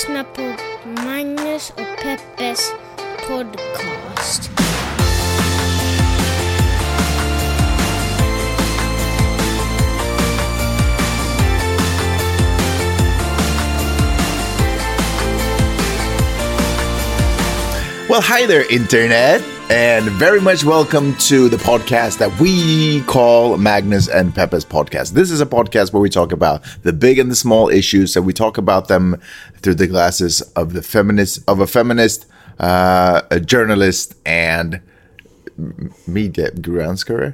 lyssnar på Magnus och Peppes podcast. Well, hi there, Internet, and very much welcome to the podcast that we call Magnus and Peppes podcast. This is a podcast where we talk about the big and the small issues, and we talk about them through the glasses of a feminist, a journalist, and media granskare.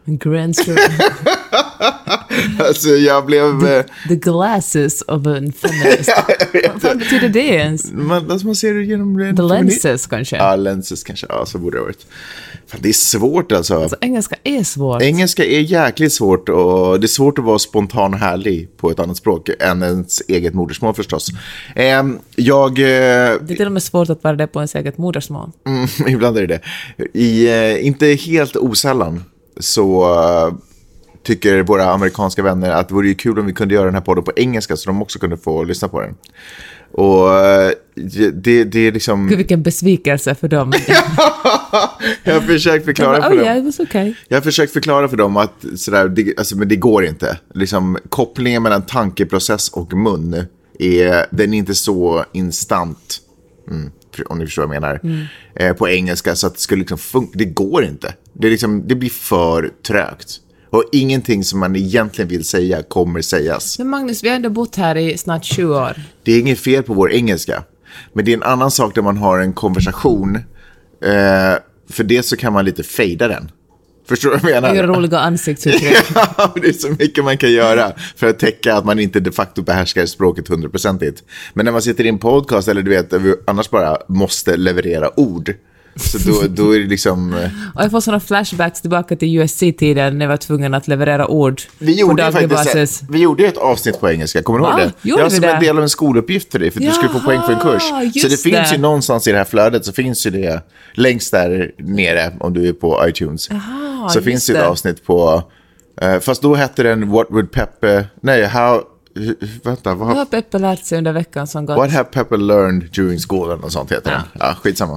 Alltså jag blev... The glasses of a feminist. Vad betyder det ens? Man ser det genom... The lenses kanske? Ja, lenses kanske. Ja, så borde det ha varit. Fan, det är svårt alltså. Engelska är svårt. Engelska är jäkligt svårt och det är svårt att vara spontan och härlig på ett annat språk än ens eget modersmål förstås. Det är till och med svårt att vara det på ens eget modersmål. Ibland är det det. Inte helt osällan så tycker våra amerikanska vänner att det vore ju kul om vi kunde göra den här podden på engelska så de också kunde få lyssna på den. Och det är liksom... Gud, vilken besvikelse för dem. Jag har försökt förklara för dem. Yeah, it was okay. Jag har försökt förklara för dem att sådär, men det går inte. Liksom, kopplingen mellan tankeprocess och mun den är inte så instant. Om ni förstår vad jag menar. På engelska så att det skulle liksom funka. Det går inte. Det blir för trögt. Och ingenting som man egentligen vill säga kommer sägas. Men Magnus, vi har ändå bott här i snart 20 år. Det är inget fel på vår engelska. Men det är en annan sak där man har en konversation. För det så kan man lite fejda den. Förstår du vad jag menar? Göra roliga ansiktsuttryck. Ja, det är så mycket man kan göra för att täcka att man inte de facto behärskar språket 100%. Men när man sitter i en podcast eller du vet, annars bara måste leverera ord. Så då är det liksom... Och jag får sådana flashbacks tillbaka till USC-tiden när jag var tvungen att leverera ord vi gjorde ett avsnitt på engelska, kommer du ihåg det? Det var som en del av en skoluppgift för dig, för att du skulle få poäng för en kurs. Så det finns ju någonstans i det här flödet, så finns ju det längst där nere om du är på iTunes. Så finns det ett avsnitt på... fast då hette den What would Peppe... Nej, how... Vänta, vad har Peppe lärt sig under veckan som gått? What have Peppe learned during school och sånt heter den. Ja, skitsamma.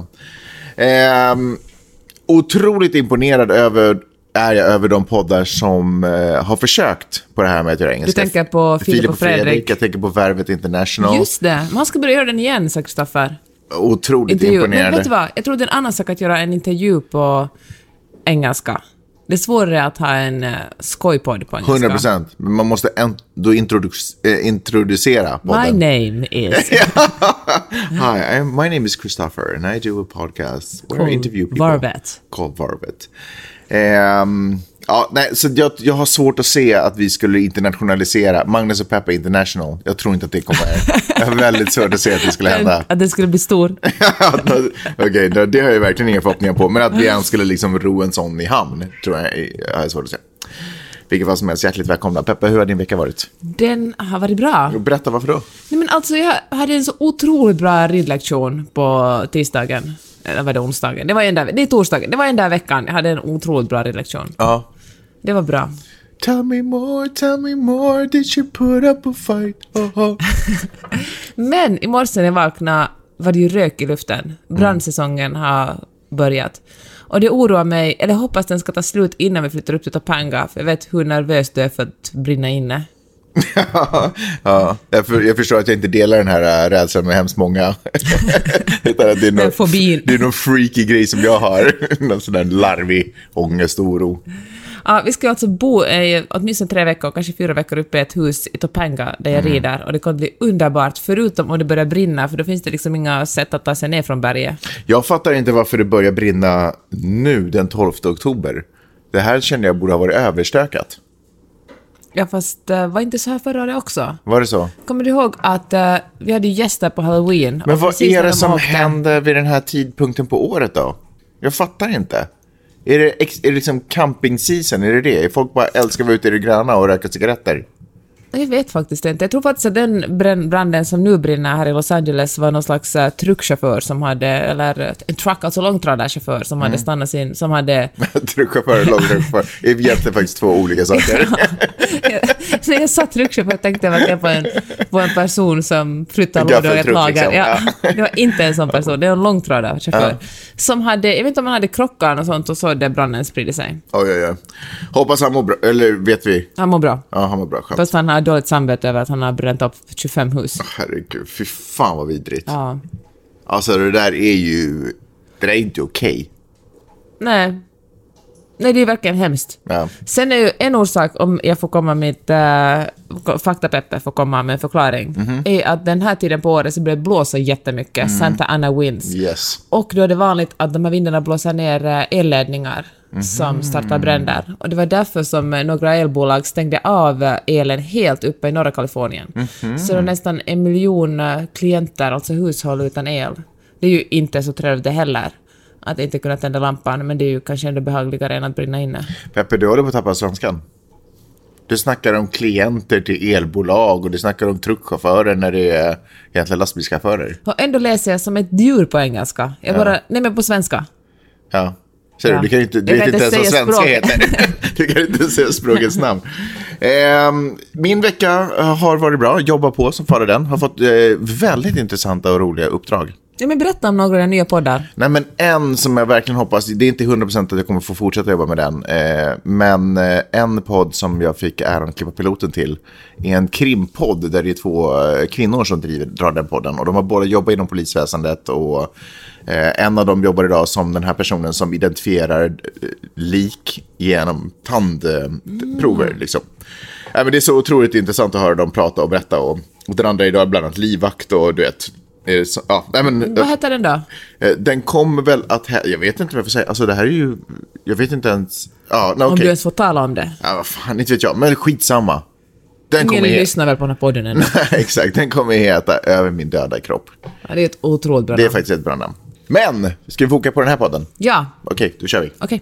Otroligt imponerad över de poddar som har försökt på det här med att göra engelska. Du tänker på Filip och Fredrik. Jag tänker på Värvet International. Just det, man ska börja göra den igen, sa Kristoffer. Otroligt imponerande. Men vet du vad, jag tror det är en annan sak att göra en intervju på engelska. Det är svårare att ha en skojpodd på engelska. 100%. Men man måste då introducera podden. My name is... Hi, my name is Christopher and I do a podcast where I interview people. Varvet. Called Varvet. Så jag har svårt att se att vi skulle internationalisera Magnus och Peppe International. Jag tror inte att det kommer. Jag har väldigt svårt att se att det skulle hända. Att det skulle bli stor. Okej, det har jag verkligen inga förhoppningar på. Men att vi ens skulle liksom ro en sån i hamn tror jag har svårt att se. Vilket fall som helst, hjärtligt välkomna. Peppe, hur har din vecka varit? Den har varit bra. Berätta, varför då? Nej, men alltså, jag hade en så otroligt bra ridlektion på tisdagen. Eller var det onsdagen? Det är torsdagen. Det var en där veckan. Jag hade en otroligt bra ridlektion. Ja. Det var bra. Tell me more, did you put up a fight? Men i morse när jag vaknade var det ju rök i luften. Brandsäsongen har börjat. Och det oroar mig, eller hoppas den ska ta slut innan vi flyttar upp till Topanga. För jag vet hur nervös du är för att brinna inne. Ja, jag förstår att jag inte delar den här rädslan med hemskt många. Utan att det är någon freaky grej som jag har. Någon sån där larvig ångest och oro. Ja, vi ska alltså bo åtminstone 3 veckor, kanske 4 veckor uppe i ett hus i Topanga där jag rider. Och det kommer bli underbart, förutom om det börjar brinna. För då finns det liksom inga sätt att ta sig ner från berget. Jag fattar inte varför det börjar brinna nu den 12 oktober. Det här kände jag borde ha varit överstökat. Ja, fast var inte så här förra året också. Var det så? Kommer du ihåg att vi hade gäster på Halloween? Men vad är det som händer vid den här tidpunkten på året då? Jag fattar inte. Är det liksom camping season? Är det? Folk bara älskar att vara ute i det gröna och röka cigaretter? Jag vet faktiskt inte. Jag tror faktiskt att den branden som nu brinner här i Los Angeles var någon slags truckchaufför som hade, eller en truck, alltså långtradarchaufför som hade stannat sin, som hade... Truckchaufför och långtradarchaufför är egentligen faktiskt två olika saker. När jag sa truckchaufför tänkte jag verkligen på en person som flyttar lådor i ett lager. Liksom. Ja, det var inte en sån person, det var en långtradarchaufför. Som hade, jag vet inte om han hade krockar och sånt och så där branden spridde sig. Oj. Hoppas han mår bra, eller vet vi? Han mår bra. Ja, han mår bra själv. Fast han har dåligt samvete över att han har bränt upp 25 hus. Herregud, fy fan vad vidrigt. Ja. Alltså det där är ju, det där är inte okej. Nej, det är verkligen hemskt. Ja. Sen är ju en orsak, om jag får komma med faktapeppe får komma med en förklaring, är att den här tiden på året så blir det blåsa jättemycket, Santa Ana winds. Yes. Och då är det vanligt att de här vindarna blåser ner elledningar som startar bränder. Och det var därför som några elbolag stängde av elen helt uppe i norra Kalifornien. Så det är nästan 1 miljon klienter, alltså hushåll utan el. Det är ju inte så trevligt det heller att inte kunna tända lampan, men det är ju kanske ändå behagligare än att brinna inne. Peppe, du håller på att tappa svenskan. Du snackar om klienter till elbolag och du snackar om truckchaufförer när det är egentligen lastbilschaufförer. Och ändå läser jag som ett djur på engelska. Jag bara, nej men på svenska. Ja. Ser du, du kan inte, du vet inte ens vad svenska heter. Du kan inte säga språkets namn. Min vecka har varit bra. Jobba på som före den. Har fått väldigt intressanta och roliga uppdrag. Ja, men berätta om några nya poddar. Nej, men en som jag verkligen hoppas, det är inte 100% att jag kommer få fortsätta jobba med den, men en podd som jag fick äran att klippa piloten till är en krimpodd där det är 2 kvinnor som drar den podden, och de har båda jobbat inom polisväsendet, och en av dem jobbar idag som den här personen som identifierar lik genom tandprover liksom. Men det är så otroligt intressant att höra dem prata och berätta, och den andra idag är bland annat livvakt, och du vet. Så, ja, men, vad heter den då? Den kommer väl att... Jag vet inte vad jag får säga. Alltså det här är ju... Jag vet inte ens... Ja, Om du ens får tala om det. Ja, vad fan, inte vet jag. Men skitsamma. Ingen lyssnar väl på den här podden än. Exakt, den kommer heta Över min döda kropp. Ja, det är ett otroligt bra namn. Det är faktiskt ett bra namn. Men, ska vi foka på den här podden? Ja. Okej, då kör vi. Okej.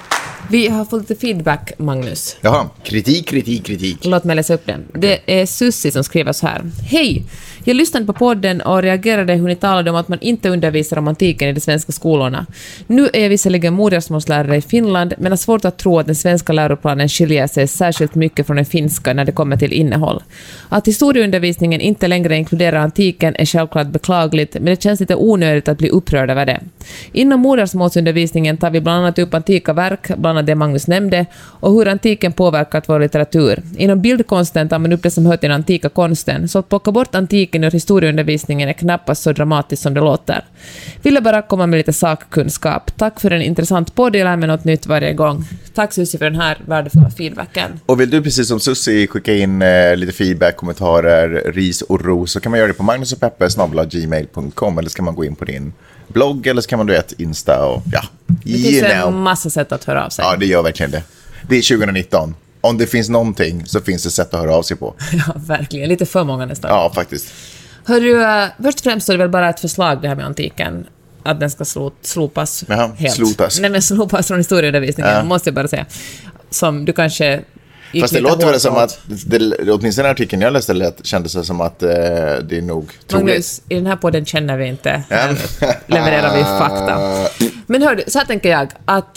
Vi har fått lite feedback, Magnus. Jaha, kritik. Låt mig läsa upp den. Det är Sussi som skriver så här. Hej! Jag lyssnade på podden och reagerade hur ni talade om att man inte undervisar om antiken i de svenska skolorna. Nu är jag visserligen modersmålslärare i Finland, men har svårt att tro att den svenska läroplanen skiljer sig särskilt mycket från den finska när det kommer till innehåll. Att historieundervisningen inte längre inkluderar antiken är självklart beklagligt, men det känns lite onödigt att bli upprörd över det. Inom modersmålsundervisningen tar vi bland annat upp antika verk, bland annat det Magnus nämnde, och hur antiken påverkat vår litteratur. Inom bildkonsten tar man upp det som hör till den antika konsten, så att plocka bort antiken ur historieundervisningen är knappast så dramatiskt som det låter. Ville bara komma med lite sakkunskap. Tack för en intressant podd, jag lär mig något nytt varje gång. Tack Susie för den här värdefulla feedbacken. Och vill du precis som Susie skicka in lite feedback, kommentarer, ris och ros, så kan man göra det på magnusogpeppe@gmail.com, eller ska man gå in på din blogg, eller så kan man du vet Insta och ja. Det finns en massa sätt att höra av sig. Ja, det gör verkligen det. Det är 2019. Om det finns någonting så finns det sätt att höra av sig på. Ja, verkligen. Lite för många nästan. Ja, faktiskt. Hörru, först och främst är det väl bara ett förslag det här med antiken. Att den ska slopas helt. Slopas. Nej, men slopas från historieundervisningen, måste jag bara säga. Som du kanske... Fast det låter väl som att, åtminstone artikeln jag läste kändes som att det är nog troligt. Magnus, i den här podden känner vi inte. Levererar vi fakta. Men hör du, så här tänker jag att...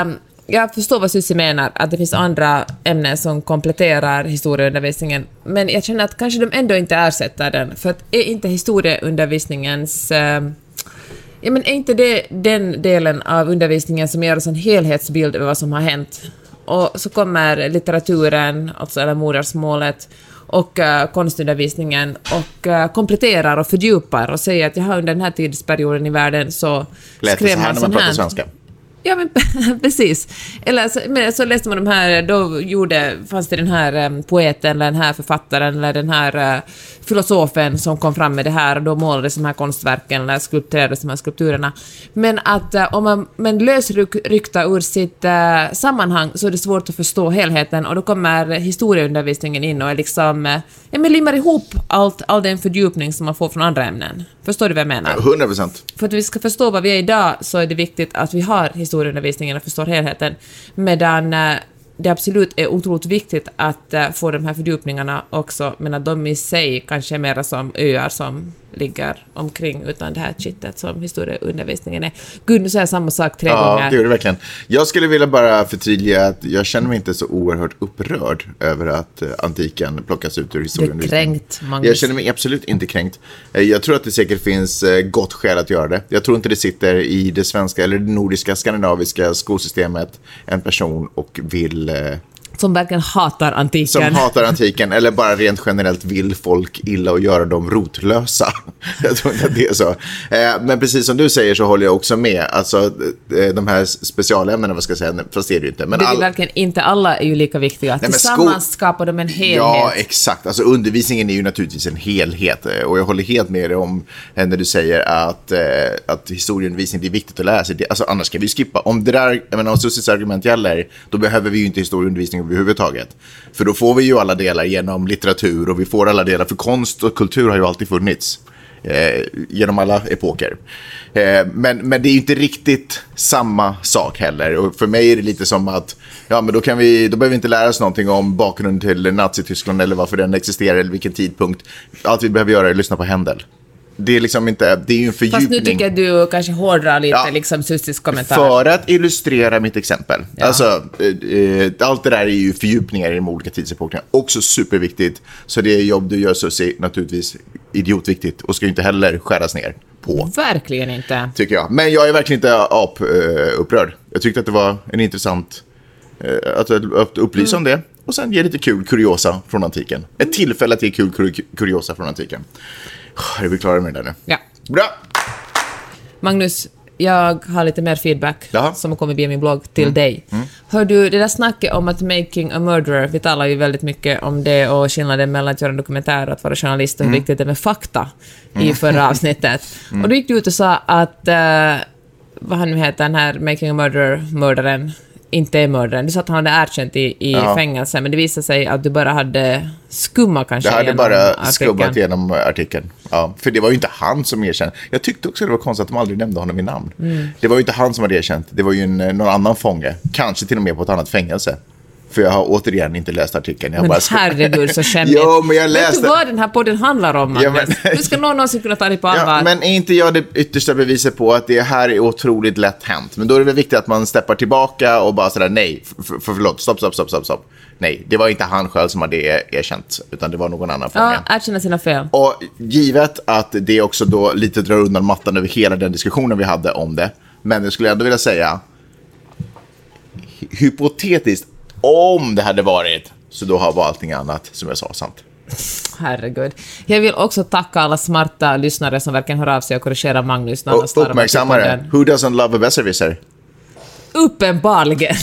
jag förstår vad Susie menar, att det finns andra ämnen som kompletterar historieundervisningen, men jag känner att kanske de ändå inte ersätter den, för att är inte historieundervisningens... ja, men är inte det den delen av undervisningen som ger oss en helhetsbild över vad som har hänt? Och så kommer litteraturen, alltså eller modersmålet, och konstundervisningen och kompletterar och fördjupar och säger att under den här tidsperioden i världen så skrev man sån här... Svenska. Ja, men precis. Eller så läste man de här, då fanns det den här poeten eller den här författaren eller den här filosofen som kom fram med det här, och då målades de här konstverken eller skulpterades de här skulpturerna. Men att om man lösryckta ur sitt sammanhang så är det svårt att förstå helheten, och då kommer historieundervisningen in och är liksom, limmar ihop all den fördjupning som man får från andra ämnen. Förstår du vad jag menar? 100%. För att vi ska förstå vad vi är idag så är det viktigt att vi har historieundervisningen och förstår helheten. Medan det absolut är otroligt viktigt att få de här fördjupningarna också, men att de i sig kanske är mera som öar som ligger omkring utan det här kittet som historieundervisningen är. Gud, nu säger jag samma sak 3 gånger. Ja, det gör det verkligen. Jag skulle vilja bara förtydliga att jag känner mig inte så oerhört upprörd över att antiken plockas ut ur historieundervisningen. Det är kränkt, Magnus. Jag känner mig absolut inte kränkt. Jag tror att det säkert finns gott skäl att göra det. Jag tror inte det sitter i det svenska eller det nordiska, skandinaviska skolsystemet en person och vill... Som verkligen hatar antiken. Som hatar antiken eller bara rent generellt vill folk illa och göra dem rotlösa. Jag tror inte att det är så. Men precis som du säger så håller jag också med. Alltså de här specialämnena, vad ska jag säga, fast det är det ju inte. Men det är verkligen inte, alla är ju lika viktiga. Nej, tillsammans skapar de en helhet. Ja, exakt. Alltså undervisningen är ju naturligtvis en helhet. Och jag håller helt med dig om när du säger att historieundervisning är viktigt att lära sig. Alltså annars kan vi skippa. Om det där, jag menar, om Sussis argument gäller, då behöver vi ju inte historieundervisning överhuvudtaget. För då får vi ju alla delar genom litteratur och vi får alla delar, för konst och kultur har ju alltid funnits genom alla epoker. Men det är ju inte riktigt samma sak heller. Och för mig är det lite som att ja, men då behöver vi inte lära oss någonting om bakgrunden till Nazityskland eller varför den existerar eller vilken tidpunkt. Allt vi behöver göra är att lyssna på Händel. Det är liksom inte, det är ju en fördjupning. Fast nu tycker jag du kanske hårdrar lite liksom Sussis kommentar. För att illustrera mitt exempel. Ja. Alltså, allt det där är ju fördjupningar i de olika tidsepokerna. Också superviktigt. Så det jobb du gör, Sussi, naturligtvis idiotviktigt. Och ska ju inte heller skäras ner på. Verkligen inte. Tycker jag. Men jag är verkligen inte upprörd. Jag tyckte att det var en intressant att upplysa om det. Och sen ge lite kul kuriosa från antiken. Ett tillfälle att ge kul kuriosa från antiken. Är vi klara med det nu? Ja. Bra! Magnus, jag har lite mer feedback som har kommit via min blogg till dig. Hör du, det där snacket om att making a murderer, vi talar ju väldigt mycket om det och skillnaden mellan att göra en dokumentär och att vara journalist och hur viktigt det är med fakta i förra avsnittet. Och då gick du ut och sa att, vad han nu heter, den här making a murderer-mördaren inte är mördaren. Du sa att han hade erkänt i fängelse, men det visade sig att du bara hade skummat kanske. Jag hade bara skummat genom artikeln. Ja, för det var ju inte han som erkände. Jag tyckte också att det var konstigt att de aldrig nämnde honom i namn. Det var ju inte han som hade erkänt. Det var ju någon annan fånge. Kanske till och med på ett annat fängelse. För jag har återigen inte läst artikeln. Jag men bara herregud, så skämmigt. Jo, men jag läste... Vet du vad den här podden handlar om, Magnus? Du ska någonsin kunna ta dig på allvar. Ja, men är inte jag det yttersta beviset på att det här är otroligt lätt hänt? Men då är det väl viktigt att man steppar tillbaka och bara sådär, nej, förlåt, stopp. Nej, det var inte han själv som hade erkänt, utan det var någon annan fånge. Ja, erkänna sina fel. Och givet att det också då lite drar undan mattan över hela den diskussionen vi hade om det. Men jag skulle ändå vilja säga, hypotetiskt, om det hade varit, så då var allting annat som jag sa sant. Herregud. Jag vill också tacka alla smarta lyssnare som verkligen hör av sig och korrigerar Magnus. Och uppmärksammare. Who doesn't love a besserwisser? Uppenbarligen.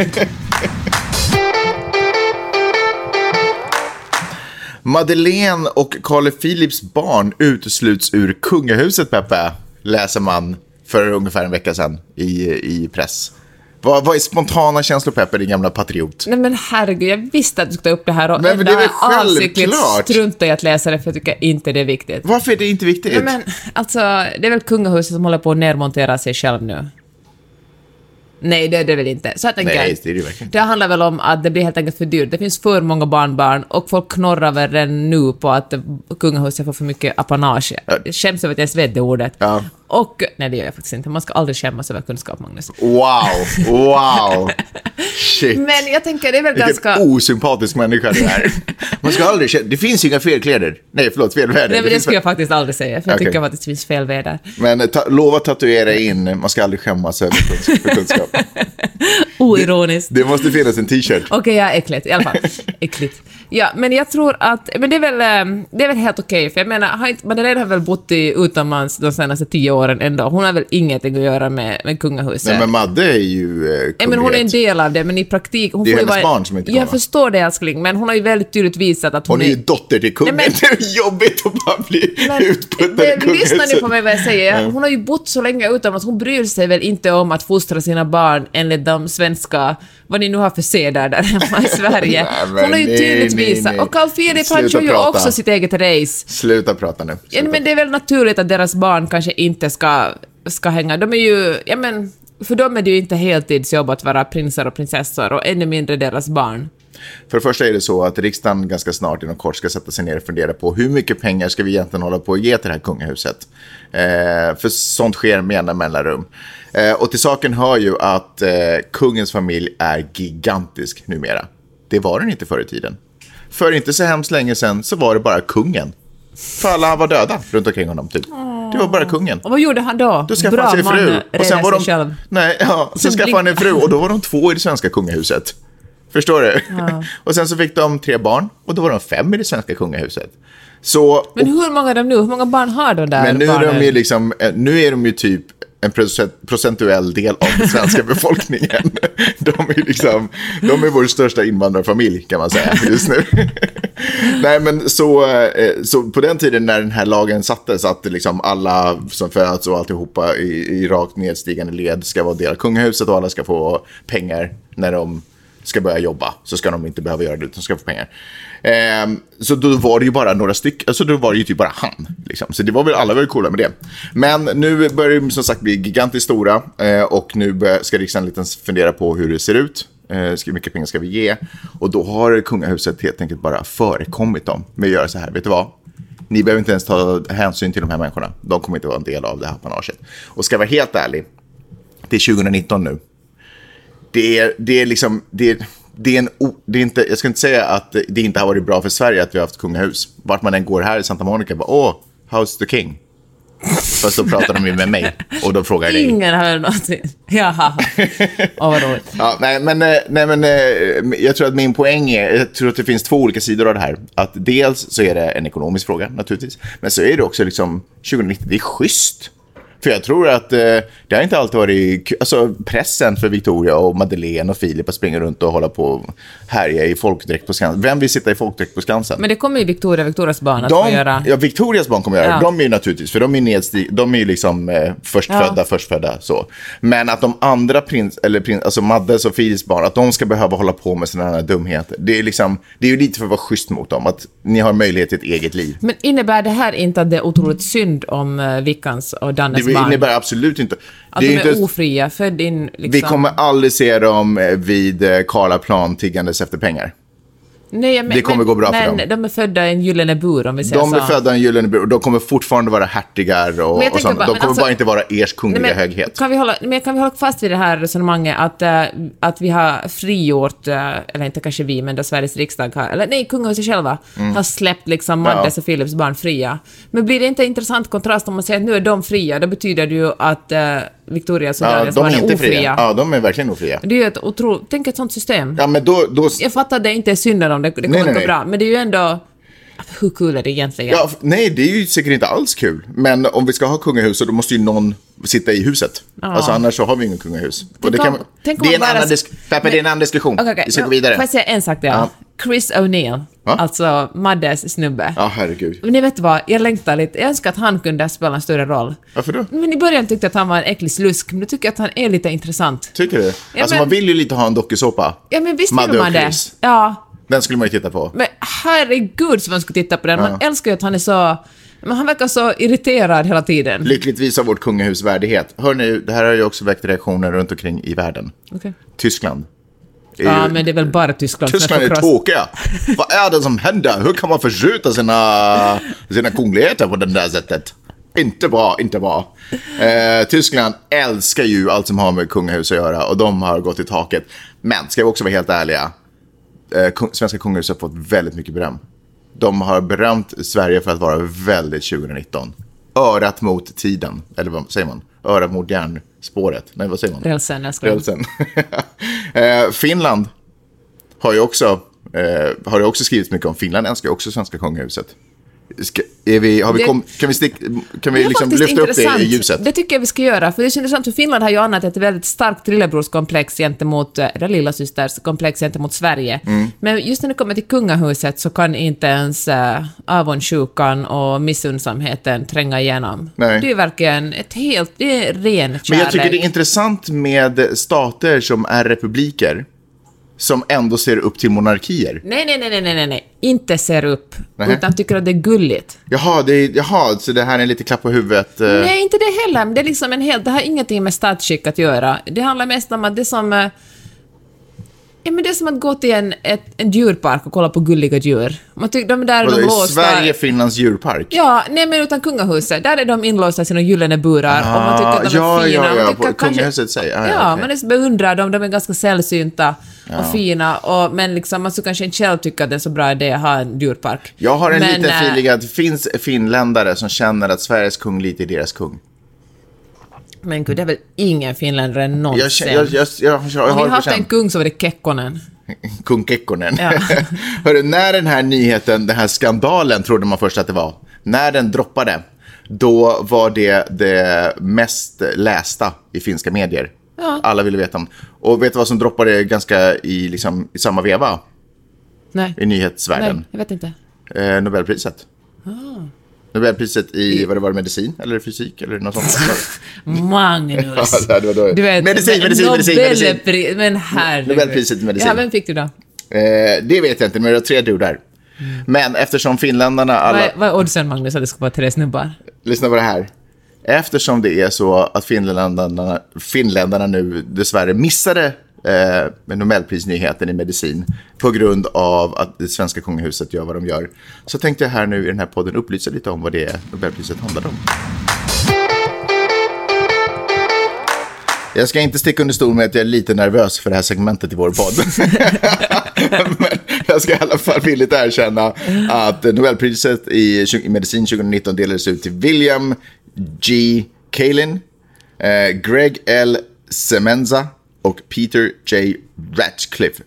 Madeleine och Carl Philips barn utesluts ur kungahuset, Peppe, läser man för ungefär en vecka sedan i press. Vad är spontana känslor, Peppe, din gamla patriot? Nej men herregud, jag visste att du skulle ta upp det här. Och men det är väl självklart. Strunta i att läsa det, för jag tycker inte det är viktigt. Varför är det inte viktigt? Nej, men alltså, det är väl kungahuset som håller på att nedmontera sig själv nu. Nej, det är det väl inte. Så jag tänker, nej, det är det verkligen. Det handlar väl om att det blir helt enkelt för dyrt. Det finns för många barnbarn och folk knorrar väl redan nu på att kungahuset får för mycket apanage. Jag skäms över att jag ens vet det ordet. Ja. Och, nej det gör jag faktiskt inte. Man ska aldrig skämmas över kunskap, Magnus. Wow. Shit. Men jag tänker, det är väl vilken ganska... osympatisk människa det är. Man ska aldrig det finns ju inga felkläder. Nej, förlåt, felväder. Nej, men det skulle jag faktiskt aldrig säga. För jag tycker att det finns felväder. Men lova tatuera in, man ska aldrig skämmas över kunskap. Oironiskt. Det måste finnas en t-shirt. Okej, ja, äckligt. I alla fall. Äckligt. Ja, men jag tror att... Men det är väl helt okej. För jag menar, Madeleine har väl bott utomlands de senaste 10 åren ändå. Hon har väl ingenting att göra med kungahuset. Nej, men Madde är ju kunglighet. Men hon är en del av det, men i praktik... Det är hennes barn som inte kommer. Jag förstår det, älskling, men hon har ju väldigt tydligt visat att hon är ju dotter till kungen. Nej, men... Det är jobbigt att bara bli utputtad i kungahuset. Lyssna nu på mig vad jag säger. Hon har ju bott så länge utomlands. Hon bryr sig väl inte om att fostra sina barn enligt de svenska... Vad ni nu har för seder där hemma i Sverige. Hon har ju tydligt visat. Och Carl Philip, han kör ju också sitt eget race. Sluta prata nu. Ja, men det är väl naturligt att deras barn kanske inte ska hänga. De är ju, För dem är det ju inte heltidsjobb att vara prinsar och prinsessor och ännu mindre deras barn. För det första är det så att riksdagen ganska snart inom kort ska sätta sig ner och fundera på hur mycket pengar ska vi egentligen hålla på att ge till det här kungahuset. För sånt sker med jämna mellanrum. Och till saken hör ju att kungens familj är gigantisk numera. Det var den inte förr i tiden. För inte så hemskt länge sedan så var det bara kungen. För alla var döda runt omkring honom typ. Det var bara kungen. Och vad gjorde han då? Då skaffade han sig en fru. Och sen var de... själv. Nej, ja, så skaffade han en fru och då var de 2 i det svenska kungahuset. Förstår du? Ja. Och sen så fick de 3 barn och då var de 5 i det svenska kungahuset. Så, men hur många är de nu? Hur många barn har de där? Men nu är de ju liksom, nu är de ju typ en procentuell del av den svenska befolkningen. De är vår största invandrarfamilj kan man säga just nu. Nej, men så på den tiden när den här lagen sattes att liksom alla som föds och alltihopa i rakt nedstigande led ska vara del av kungahuset och alla ska få pengar när de ska börja jobba, så ska de inte behöva göra det utan ska få pengar. Så då var det ju bara några stycken, alltså då var det ju typ bara han liksom. Så det var väl alla väldigt coola med det. Men nu börjar det som sagt bli gigantiskt stora och nu ska riksdagen lite fundera på hur det ser ut. Hur mycket pengar ska vi ge? Och då har kungahuset helt enkelt bara förekommit dem med att göra så här, vet du vad? Ni behöver inte ens ta hänsyn till de här människorna. De kommer inte vara en del av det här panaget. Och ska jag vara helt ärlig, det är 2019 nu. Det är liksom det är inte, jag ska inte säga att det inte har varit bra för Sverige att vi har haft kungahus. Vart man än går här i Santa Monica bara, how's the king? Fast då pratar de ju med mig och då frågar jag dig. Ingen har någonting. Jaha. Vad roligt. Ja, nej men jag tror att min poäng är, jag tror att det finns 2 olika sidor av det här. Att dels så är det en ekonomisk fråga naturligtvis, men så är det också liksom 2019, det är schysst. För jag tror att det har inte alltid varit alltså pressen för Victoria och Madeleine och Filip att springa runt och hålla på och härja i folkdräkt på Skansen. Vem vill sitta i folkdräkt på Skansen? Men det kommer ju Victorias barn att få göra. Ja, Victorias barn kommer att göra. Ja. De är ju naturligtvis, för de är ju liksom förstfödda så. Men att de andra alltså Maddes och Filips barn, att de ska behöva hålla på med sådana här dumheter. Det är ju lite för att vara schysst mot dem, att ni har möjlighet till ett eget liv. Men innebär det här inte att det är otroligt synd om Vickans och Dannes barn? Det innebär absolut inte. Att de är ofria, född in liksom. Vi kommer aldrig se dem vid Karlaplan tiggandes efter pengar. Nej, det kommer gå bra för dem. Men de är födda i en gyllene bur, om vi säger så. De är födda i en gyllene bur och de kommer fortfarande vara hertigar och sånt. De kommer bara inte vara ers kungliga höghet. Kan vi hålla fast vid det här resonemanget att vi har frigjort, eller inte kanske vi, men då Sveriges riksdag har, eller nej, kungahuset själva har släppt liksom Maddes och Philips barn fria. Men blir det inte intressant kontrast om man säger att nu är de fria? Då betyder det ju att Victorias och Daniels barn är ofria. Fria. Ja, de är verkligen ofria. Det är ju ett otroligt, tänk ett sånt system. Ja, men då... Jag fattar att det inte är synd om det kommer inte gå bra, men det är ju ändå... Hur kul är det egentligen? Ja, nej, det är ju säkert inte alls kul. Men om vi ska ha kungahus så då måste ju någon sitta i huset. Ja. Alltså annars så har vi ingen kungahus. Och det är en annan diskussion. Okay. Vi ska gå vidare. Får jag säga en sak där? Ja. Chris O'Neill, alltså Maddes snubbe. Ja, herregud. Men ni vet vad, jag längtar lite. Jag önskar att han kunde spela en större roll. Varför då? Men i början tyckte jag att han var en äcklig slusk, men nu tycker jag att han är lite intressant. Tycker du? Ja, alltså man vill ju lite ha en dokusåpa. Ja, men visst vill man det. Ja. Den skulle man ju titta på. Men herregud som man skulle titta på den. Man älskar ju att han är så... Men han verkar så irriterad hela tiden. Lyckligtvis av vårt kungahus värdighet. Hör nu, det här har ju också väckt reaktioner runt omkring i världen. Okay. Tyskland. Ja, men det är väl bara Tyskland. Tyskland är tråkiga. Vad är det som händer? Hur kan man förskjuta sina kungligheter på den där sättet? Inte bra. Tyskland älskar ju allt som har med kungahus att göra. Och de har gått i taket. Men, ska vi också vara helt ärliga. Svenska kungahuset har fått väldigt mycket beröm. De har berömt Sverige för att vara väldigt 2019. Örat mot tiden. Eller vad säger man? Örat mot järnspåret. Nej, vad säger man? Rälsen. Finland har ju också skrivit mycket om. Finland älskar också svenska kungahuset. Kan vi liksom lyfta upp det i ljuset? Det tycker jag vi ska göra, för det är intressant, för Finland har ju annat ett väldigt starkt lillebrorskomplex gentemot, eller lilla systers komplex gentemot Sverige. Men just när det kommer till kungahuset så kan inte ens avundsjukan och missundsamheten tränga igenom. Nej. Det är verkligen det är ren kärlek. Men jag tycker det är intressant med stater som är republiker som ändå ser upp till monarkier. Nej. Inte ser upp. Utan tycker att det är gulligt. Jaha, så det här är en lite klapp på huvudet. Nej, inte det heller. Det är liksom det har ingenting med statsskick att göra. Det handlar mest om att det som... Ja, men det är som att gå till en djurpark och kolla på gulliga djur. Man tycker de där är de låsta. Sverige, Finlands djurpark. Ja, nej men utan kungahuset. Där är de inlåsta i sina gyllene burar. Och man tycker att de är fina. Ja, på kungahuset säger. Ja, man är beundrar dem. De är ganska sällsynta och fina. Men liksom, man så kanske inte själv tycker att det är så bra idé att ha en djurpark. Jag har en liten feeling att det finns finländare som känner att Sveriges kung lite är deras kung. Men gud, det är väl ingen finländare någonsin. Jag har haft en kung så var det Kekkonen. Kung Kekkonen. Ja. Hörru, när den här nyheten, den här skandalen trodde man först att det var. När den droppade, då var det mest lästa i finska medier. Ja. Alla ville veta om. Och vet du vad som droppade ganska i samma veva? Nej. I nyhetsvärlden? Nej, jag vet inte. Nobelpriset. Nobelpriset i, vad det var, medicin eller fysik eller något sånt. Magnus. Ja, du vet, medicin. Men herregud. Nobelpriset i medicin. Ja, vem fick du då? Det vet jag inte, men det var 3 dudar. Men eftersom finländarna alla... Vad är oddsen, Magnus, att det ska vara 3 snubbar? Lyssna på det här. Eftersom det är så att finländarna nu dessvärre missade Nobelprisnyheten i medicin på grund av att det svenska kungahuset gör vad de gör, så tänkte jag här nu i den här podden upplysa lite om vad det är Nobelpriset handlar om. Jag ska inte sticka under stol med att jag är lite nervös för det här segmentet i vår podd. Men jag ska i alla fall villigt erkänna att Nobelpriset i medicin 2019 delades ut till William G. Kaelin, Greg L. Semenza och Peter J. Ratcliffe.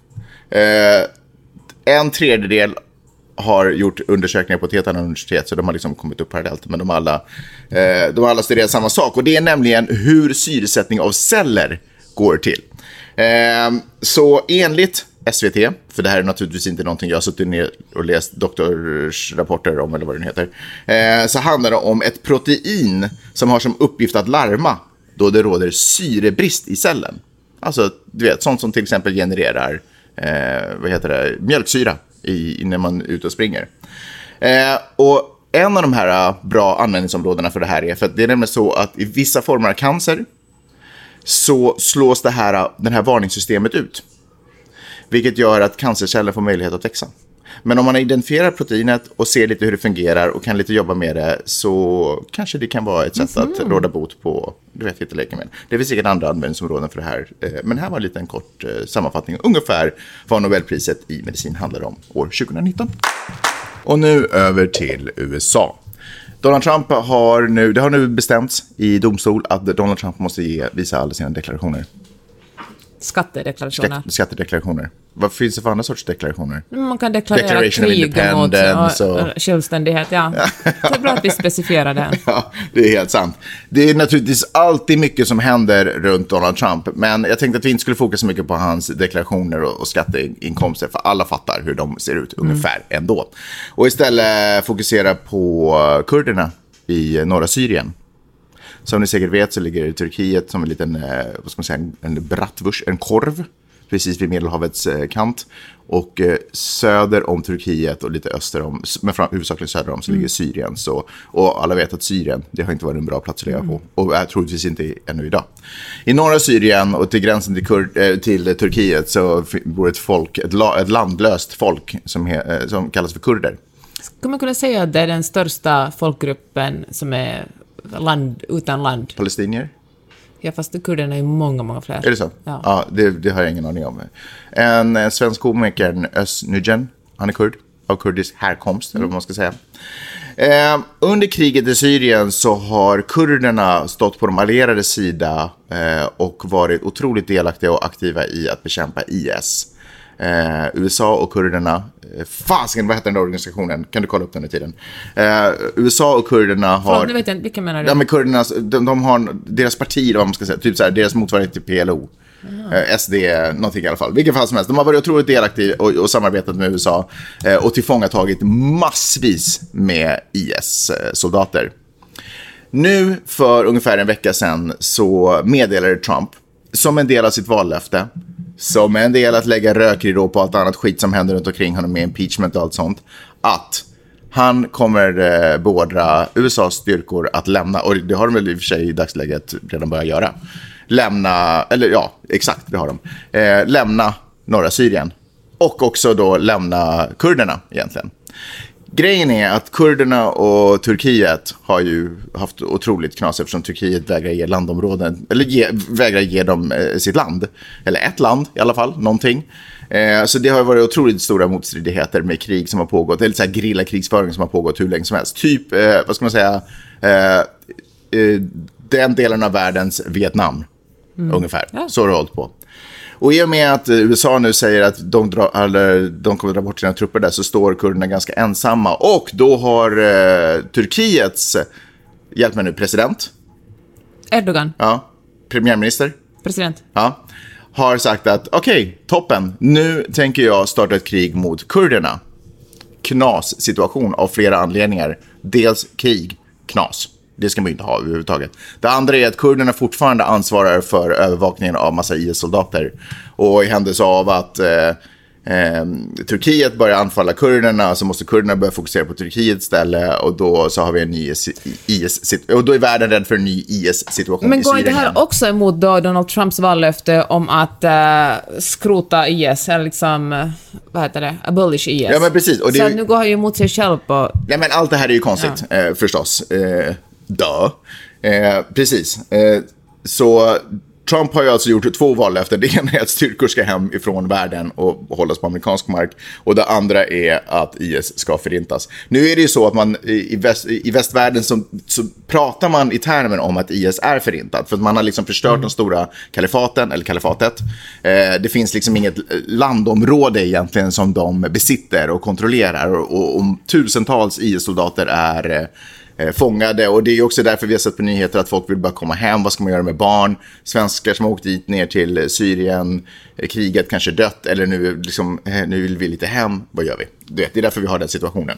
1/3 har gjort undersökningar på ett helt annat universitet, så de har liksom kommit upp parallellt, men de har alla studerat samma sak, och det är nämligen hur syresättning av celler går till. Så enligt SVT, för det här är naturligtvis inte någonting jag har suttit ner och läst doktorsrapporter om eller vad det heter, så handlar det om ett protein som har som uppgift att larma då det råder syrebrist i cellen. Alltså, du vet, sånt som till exempel genererar mjölksyra när man är ute och springer. Och en av de här bra användningsområdena för det här är för att det är nämligen så att i vissa former av cancer så slås det här varningssystemet ut. Vilket gör att cancerceller får möjlighet att växa. Men om man identifierar proteinet och ser lite hur det fungerar och kan lite jobba med det, så kanske det kan vara ett sätt att råda bot på, du vet, lite läkemedel. Det finns säkert andra användningsområden för det här. Men här var en liten kort sammanfattning ungefär vad Nobelpriset i medicin handlar om år 2019. Och nu över till USA. Donald Trump det har nu bestämts i domstol att Donald Trump måste visa alla sina deklarationer. Skattedeklarationer. Vad finns det för andra sorts deklarationer? Man kan deklarera krig mot självständighet, ja. Det är bra att vi specificerar det. Ja, det är helt sant. Det är naturligtvis alltid mycket som händer runt Donald Trump, men jag tänkte att vi inte skulle fokusera så mycket på hans deklarationer och skatteinkomster, för alla fattar hur de ser ut ungefär ändå. Och istället fokusera på kurderna i norra Syrien. Som ni säkert vet så ligger Turkiet som en liten, en bratwurst, en korv, precis vid Medelhavets kant. Och söder om Turkiet och lite öster om, men huvudsakligen söder om, så ligger Syrien. Och alla vet att Syrien, det har inte varit en bra plats att leva på. Och är troligtvis inte ännu idag. I norra Syrien och till gränsen till Turkiet så bor ett landlöst folk som kallas för kurder. Ska man kunna säga att det är den största folkgruppen som är utan land? Palestinier? Ja, fast kurderna är många, många fler. Är det så? Ja, det har jag ingen aning om. En svensk komiker, Özz Nujen, han är kurd, av kurdisk härkomst, eller vad man ska säga. Under kriget i Syrien så har kurderna stått på de allierades sida och varit otroligt delaktiga och aktiva i att bekämpa IS. USA och kurderna, vad heter den där organisationen? Kan du kolla upp den i tiden? USA och kurderna har... Nu vet jag inte, vilka menar du? Ja, men kurderna, de har deras parti, vad man ska säga, typ så här, deras motsvarighet till PLO. SD, någonting i alla fall. Vilken fall som helst. De har varit otroligt delaktiga och samarbetat med USA och tillfångatagit massvis med IS-soldater. Nu för ungefär en vecka sedan så meddelade Trump, som en del av sitt vallöfte, som en del att lägga rökridå på allt annat skit som händer runt omkring honom med impeachment och allt sånt, att han kommer beordra USAs styrkor att lämna, och det har de väl i och för sig i dagsläget redan börjat göra. Det har de. Lämna norra Syrien. Och också då lämna kurderna egentligen. Grejen är att kurderna och Turkiet har ju haft otroligt knas eftersom Turkiet vägrar ge landområden, eller vägrar ge dem sitt land. Eller ett land i alla fall, någonting. Så det har varit otroligt stora motstridigheter med krig som har pågått, eller så här gerillakrigsföring som har pågått hur länge som helst. Typ, vad ska man säga, den delen av världens Vietnam, ungefär. Ja. Så har det hållit på. Och i och med att USA nu säger att de kommer dra bort sina trupper där, så står kurderna ganska ensamma. Och då har Turkiets, hjälp mig nu, president Erdogan. Ja, premiärminister. President. Ja, har sagt att okej, toppen, nu tänker jag starta ett krig mot kurderna. Knas situation av flera anledningar. Dels krig, knas. Det ska man inte ha överhuvudtaget. Det andra är att kurderna fortfarande ansvarar för övervakningen av massa IS-soldater. Och i händelse av att Turkiet börjar anfalla kurderna, så måste kurderna börja fokusera på Turkiets ställe, och då så har vi en ny och då är världen rädd för en ny IS-situation. Men går inte det här också emot då Donald Trumps vallöfte om att skrota IS, eller liksom, vad heter det, abolish IS? Ja, men precis. Och det så nu går han ju emot sig själv på... Nej, men allt det här är ju konstigt, förstås. Precis. Så Trump har ju alltså gjort 2 vallöften. Det ena är att styrkor ska hem ifrån världen och hållas på amerikansk mark. Och det andra är att IS ska förintas. Nu är det ju så att man i västvärlden så pratar man i termen om att IS är förintat. För att man har liksom förstört de stora kalifatet. Det finns liksom inget landområde egentligen som de besitter och kontrollerar. Och tusentals IS-soldater är fångade, och det är också därför vi har sett på nyheter att folk vill bara komma hem. Vad ska man göra med barn? Svenskar som har åkt dit ner till Syrien, kriget kanske dött, eller nu vill vi lite hem. Vad gör vi? Det är därför vi har den situationen.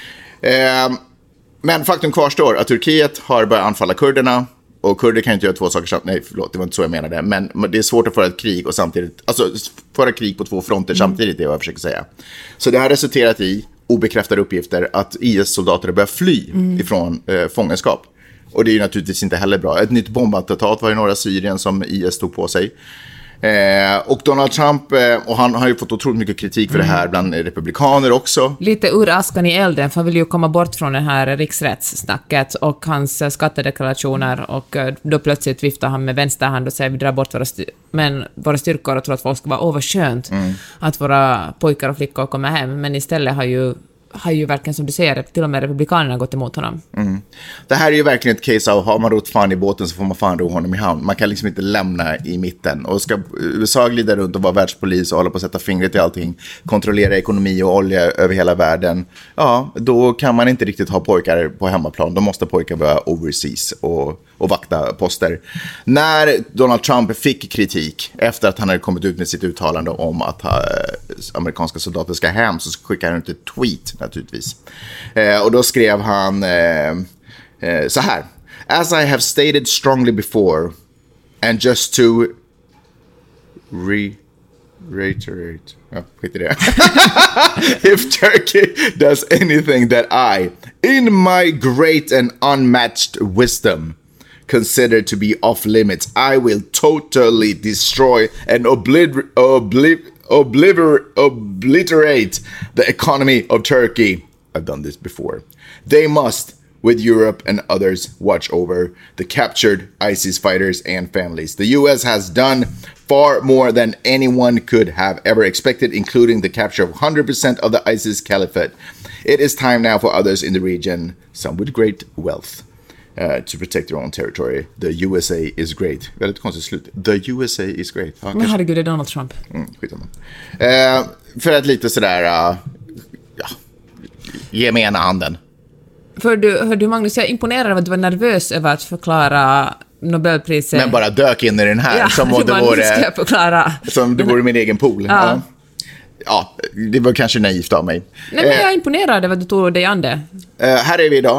Men faktum kvarstår att Turkiet har börjat anfalla kurderna, och kurder kan inte göra 2 saker samtidigt. Nej, förlåt, det var inte så jag menade. Men det är svårt att föra ett krig och samtidigt, alltså föra krig på 2 fronter samtidigt, det är vad jag försöker säga. Så det har resulterat i obekräftade uppgifter att IS-soldater börjar fly ifrån fångenskap. Och det är ju naturligtvis inte heller bra. Ett nytt bombattentat var i norra Syrien som IS tog på sig. Och Donald Trump, och han har ju fått otroligt mycket kritik för det här bland republikaner också. Lite ur askan i elden, för han vill ju komma bort från det här riksrättssnacket och hans skattedeklarationer, och då plötsligt viftar han med vänsterhand och säger vi drar bort våra styrkor och tror att folk ska vara vad skönt att våra pojkar och flickor kommer hem, men istället har ju verkligen, som du säger, till och med republikanerna gått emot honom. Det här är ju verkligen ett case av, har man rott fan i båten så får man fan ro honom i hamn. Man kan liksom inte lämna i mitten. Och ska USA glida runt och vara världspolis och hålla på att sätta fingret i allting, kontrollera ekonomi och olja över hela världen, ja, då kan man inte riktigt ha pojkar på hemmaplan. Då måste pojkar vara overseas och vakta poster. När Donald Trump fick kritik efter att han hade kommit ut med sitt uttalande om att amerikanska soldater ska hem, så skickade han ut ett tweet naturligtvis. Och då skrev han så här: As I have stated strongly before, and just to reiterate, skit i det. If Turkey does anything that I, in my great and unmatched wisdom, consider to be off limits, I will totally destroy and obliterate the economy of Turkey. I've done this before. They must, with Europe and others, watch over the captured ISIS fighters and families. The US has done far more than anyone could have ever expected, including the capture of 100% of the ISIS caliphate. It is time now for others in the region, some with great wealth, to protect their own territory. The USA is great. Väldigt konstigt slut. The USA is great. Ja, men herregud, det är Donald Trump. För att lite sådär, ge med ena handen. För du Magnus, jag är imponerad av att du var nervös över att förklara Nobelpriset. Men bara dök in i den här som det vore min egen pool. Ja, det var kanske naivt av mig. Nej, men jag är imponerad över att du tog dig an det. Här är vi idag.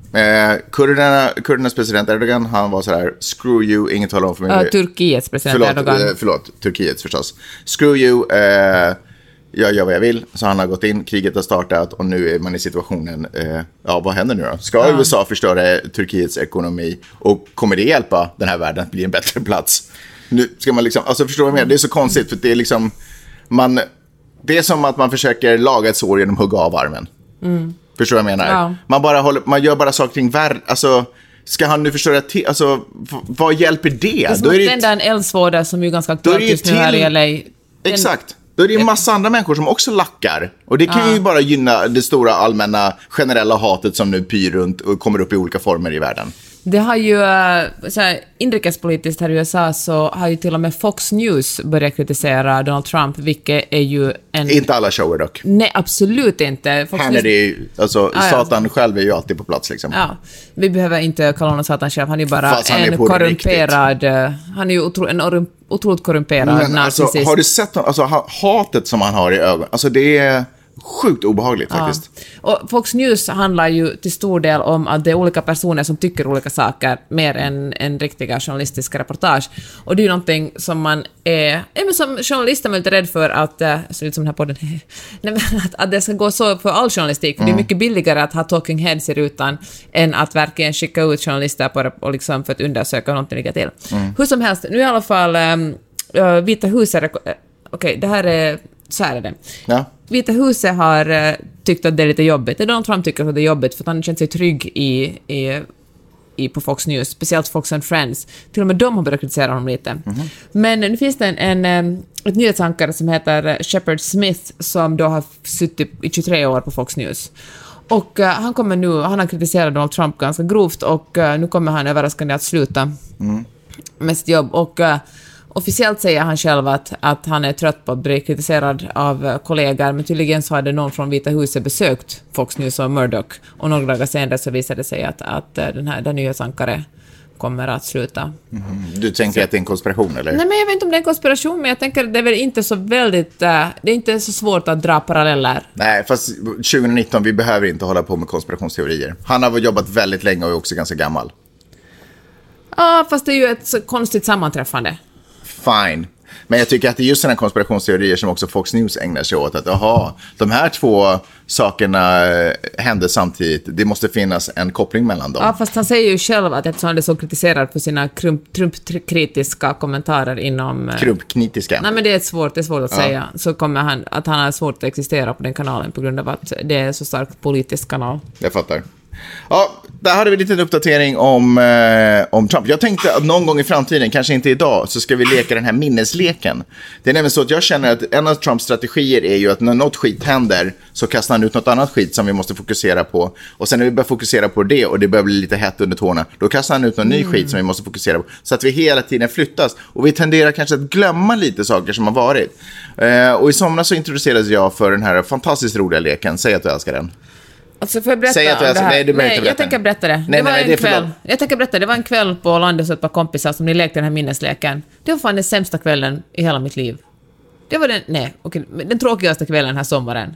Kurdernas president Erdogan, han var så här: screw you, inget talar om för mig. Turkiets president Erdogan. Förlåt, Turkiets förstås. Screw you, jag gör vad jag vill. Så han har gått in, kriget har startat och nu är man i situationen, vad händer nu då? Ska USA förstöra Turkiets ekonomi och kommer det hjälpa den här världen att bli en bättre plats? Nu ska man liksom, alltså förstår du vad jag menar? Det är så konstigt för det är liksom, det är som att man försöker laga ett sår genom att hugga av armen. Förstår du vad jag menar? Ja. Man gör bara saker kring värld, alltså ska han nu förstöra alltså vad hjälper det? Det är som den där en eldsvåda som är ganska aktuellt just nu här i LA. Exakt. Då är det en massa andra människor som också lackar. Och det kan ju bara gynna det stora allmänna generella hatet som nu pyr runt och kommer upp i olika former i världen. Det har ju, så här, inrikespolitiskt här i USA så har ju till och med Fox News börjat kritisera Donald Trump, vilket är ju en... Inte alla shower dock. Nej, absolut inte. Hannity, alltså Satan själv är ju alltid på plats liksom. Ja, vi behöver inte kalla honom Satan själv, han är bara en korrumperad, han är ju en otroligt korrumperad narcissist. Alltså, har du sett hatet som han har i ögonen? Alltså det är sjukt obehagligt faktiskt. Och Fox News handlar ju till stor del om att det är olika personer som tycker olika saker mer än riktiga journalistiska reportage. Och det är ju någonting som man är som journalist är man lite rädd för att så lite som den här podden att det ska gå så för all journalistik. För det är mycket billigare att ha talking heads i rutan än att verkligen skicka ut journalister på och liksom för att undersöka hur någonting ligger till. Hur som helst, nu i alla fall Vita huset okej, det här är så här är det. Ja. Vita huset har tyckt att det är lite jobbigt. Donald Trump tycker att det är jobbigt för att han känner sig trygg på Fox News, speciellt Fox and Friends. Till och med de har börjat kritisera honom lite. Men nu finns det ett nyhetsankare som heter Shepard Smith som då har suttit i 23 år på Fox News. Och han har kritiserat Donald Trump ganska grovt och nu kommer han överraskande att sluta med sitt jobb. Och officiellt säger han själv att han är trött på att bli kritiserad av kollegor, men tydligen så hade någon från Vita huset besökt Fox News och Murdoch, och några dagar senare så visade det sig att den nyhetsankare kommer att sluta. Du tänker att det är en konspiration, eller? Nej, men jag vet inte om det är en konspiration, men jag tänker att det är väl inte så väldigt... det är inte så svårt att dra paralleller. Nej, fast 2019, vi behöver inte hålla på med konspirationsteorier. Han har jobbat väldigt länge och är också ganska gammal. Ja, fast det är ju ett så konstigt sammanträffande. Fine. Men jag tycker att det är just sådana konspirationsteorier som också Fox News ägnar sig åt. Att de här två sakerna hände samtidigt. Det måste finnas en koppling mellan dem. Ja, fast han säger ju själv att eftersom han är så kritiserad för sina Trump-kritiska kommentarer inom... Trump-kritiska? Nej, men det är svårt att säga. Så kommer han har svårt att existera på den kanalen på grund av att det är så starkt politisk kanal. Jag fattar. Ja, där hade vi lite en uppdatering om Trump. Jag tänkte att någon gång i framtiden, kanske inte idag, så ska vi leka den här minnesleken. Det är nämligen så att jag känner att en av Trumps strategier är ju att när något skit händer så kastar han ut något annat skit som vi måste fokusera på. Och sen när vi börjar fokusera på det och det börjar bli lite hett under tårna, då kastar han ut någon ny skit som vi måste fokusera på. Så att vi hela tiden flyttas. Och vi tenderar kanske att glömma lite saker som har varit. Och i somras så introducerades jag för den här fantastiskt roliga leken. Säg att du älskar den. Alltså får jag berätta om det här? Nej, jag tänker berätta det. Det var en kväll på landet hos ett par kompisar som ni lekte den här minnesleken. Det var fan den sämsta kvällen i hela mitt liv. Det var den tråkigaste kvällen den här sommaren.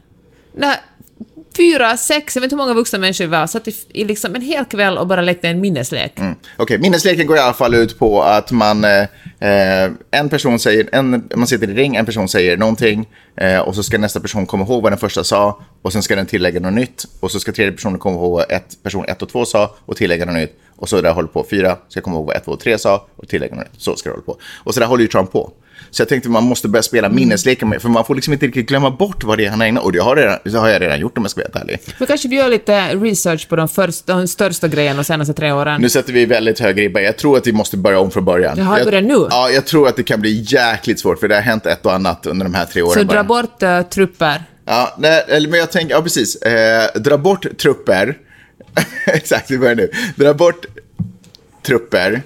4, 6, jag vet inte hur många vuxna människor var, satt i liksom en hel kväll och bara lekte en minneslek. Okej, minnesleken går i alla fall ut på att man en person säger, man sitter i ring, en person säger någonting och så ska nästa person komma ihåg vad den första sa och sen ska den tillägga något nytt och så ska tredje personen komma ihåg vad person 1 och 2 sa och tillägga något nytt och så där håller på 4 ska komma ihåg vad 1, 2 och 3 sa och tillägga något nytt. Så ska det hålla på. Och så där håller ju Trump på. Så jag tänkte att man måste börja spela minnesleken med, för man får liksom inte riktigt glömma bort vad det är han ägnar. Och det har jag redan gjort om jag ska vara ärlig. Men kanske vi gör lite research på de största grejerna de senaste 3 åren. Nu sätter vi väldigt hög ribba. Jag tror att vi måste börja om från början. Det har börjat nu? Ja, jag tror att det kan bli jäkligt svårt, för det har hänt ett och annat under de här 3 åren. Så dra bort trupper? Ja, men jag tänker, ja precis. Dra bort trupper. Exakt, vi börjar nu. Dra bort trupper.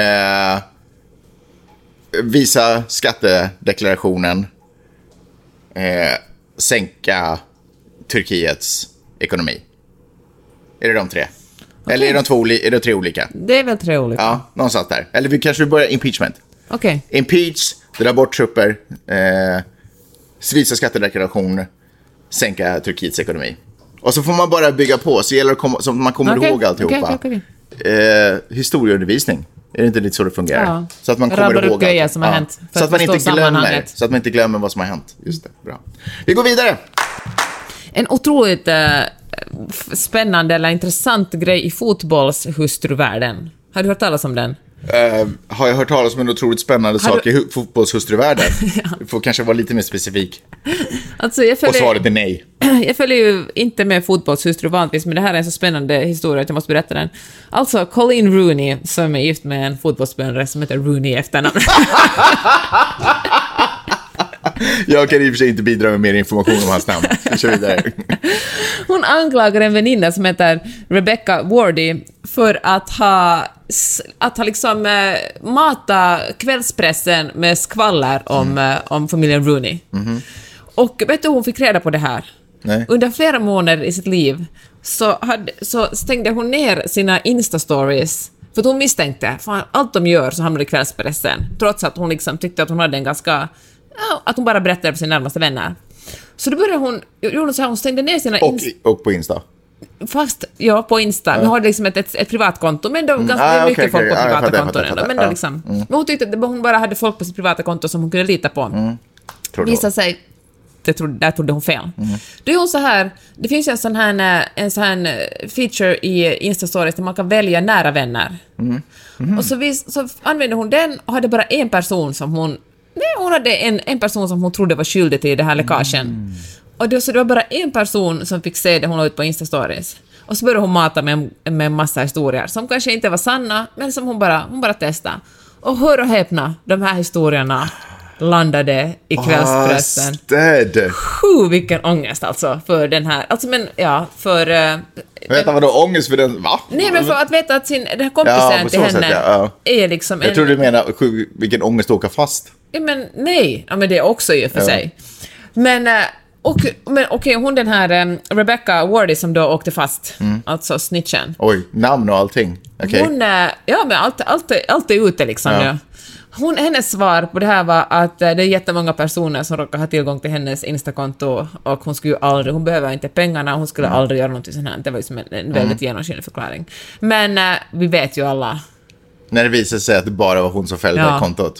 Visa skattedeklarationen, sänka Turkiets ekonomi. Är det de 3? Okay. Eller är det 3 olika? Det är väl 3 olika. Ja, någonstans där. Eller vi kanske börjar impeachment. Okej. Okay. Impeach, dra bort trupper, visa skattedeklaration, sänka Turkiets ekonomi. Och så får man bara bygga på, så gäller det så man kommer ihåg alltihopa. Okay. Historieundervisning. Är det inte lite så det fungerar? Ja. Så att man kommer ihåg grejer som har hänt. Så att man inte glömmer vad som har hänt. Just det, bra. Vi går vidare. En otroligt spännande eller intressant grej i fotbollshustruvärlden. Har du hört talas om den? Har jag hört talas om en otroligt spännande sak i fotbollshustruvärlden? Ja. Du får kanske vara lite mer specifik. Alltså, och svaret är nej. Jag följer ju inte med fotbollshustru vanligtvis, men det här är en så spännande historia att jag måste berätta den. Alltså, Colin Rooney, som är gift med en fotbollsspelare som heter Rooney i efternamn. Jag kan i och för sig inte bidra med mer information om hans namn. Vi kör vidare. Hon anklagar en väninna som heter Rebecca Wardy för att ha liksom mata kvällspressen med skvaller om familjen Rooney. Mm-hmm. Och vet du hon fick reda på det här? Nej. Under flera månader i sitt liv så stängde hon ner sina Insta-stories. För att hon misstänkte, för allt de gör så hamnar i kvällspressen. Trots att hon liksom tyckte att hon hade en ganska... att hon bara berättade för sina närmaste vänner. Så då började hon stängde ner sina... Och på Insta? Fast, ja, på Insta. Nu har det liksom ett privatkonto, men det är ganska mycket folk på privata konton ändå. Men det liksom... Men hon tyckte att hon bara hade folk på sitt privata konto som hon kunde lita på. Visade sig... Där trodde hon fel. Då är hon så här... Det finns ju en sån här feature i Insta-stories där man kan välja nära vänner. Och så använde hon den och hade bara en person som hon... Nej, hon hade en person som hon trodde var skyldig till det här läckagen. Och så det var bara en person som fick se det hon la ut på Insta-stories. Och så började hon mata med en massa historier som kanske inte var sanna, men som hon bara testade. Och hör och häpna, de här historierna landade i kvällspressen. Vilken ångest alltså för den här. Alltså men ja, för... Vänta, vadå ångest för den? Va? Nej, men för att veta att den här kompisen till henne är liksom... Jag tror du menar vilken ångest att åka fast. Ja, men nej. Ja, men det är också ju för sig. Men okej, hon den här Rebecca Wardy som då åkte fast, alltså snitchen. Oj, namn och allting. Okay. Hon, ja, men allt är ute liksom. Ja. Hennes svar på det här var att det är jättemånga personer som råkar ha tillgång till hennes Instakonto och hon behöver inte pengarna, hon skulle aldrig göra någonting sånt här. Det var ju som en väldigt genomskinlig förklaring. Men vi vet ju alla. När det visade sig att det bara var hon som följde kontot.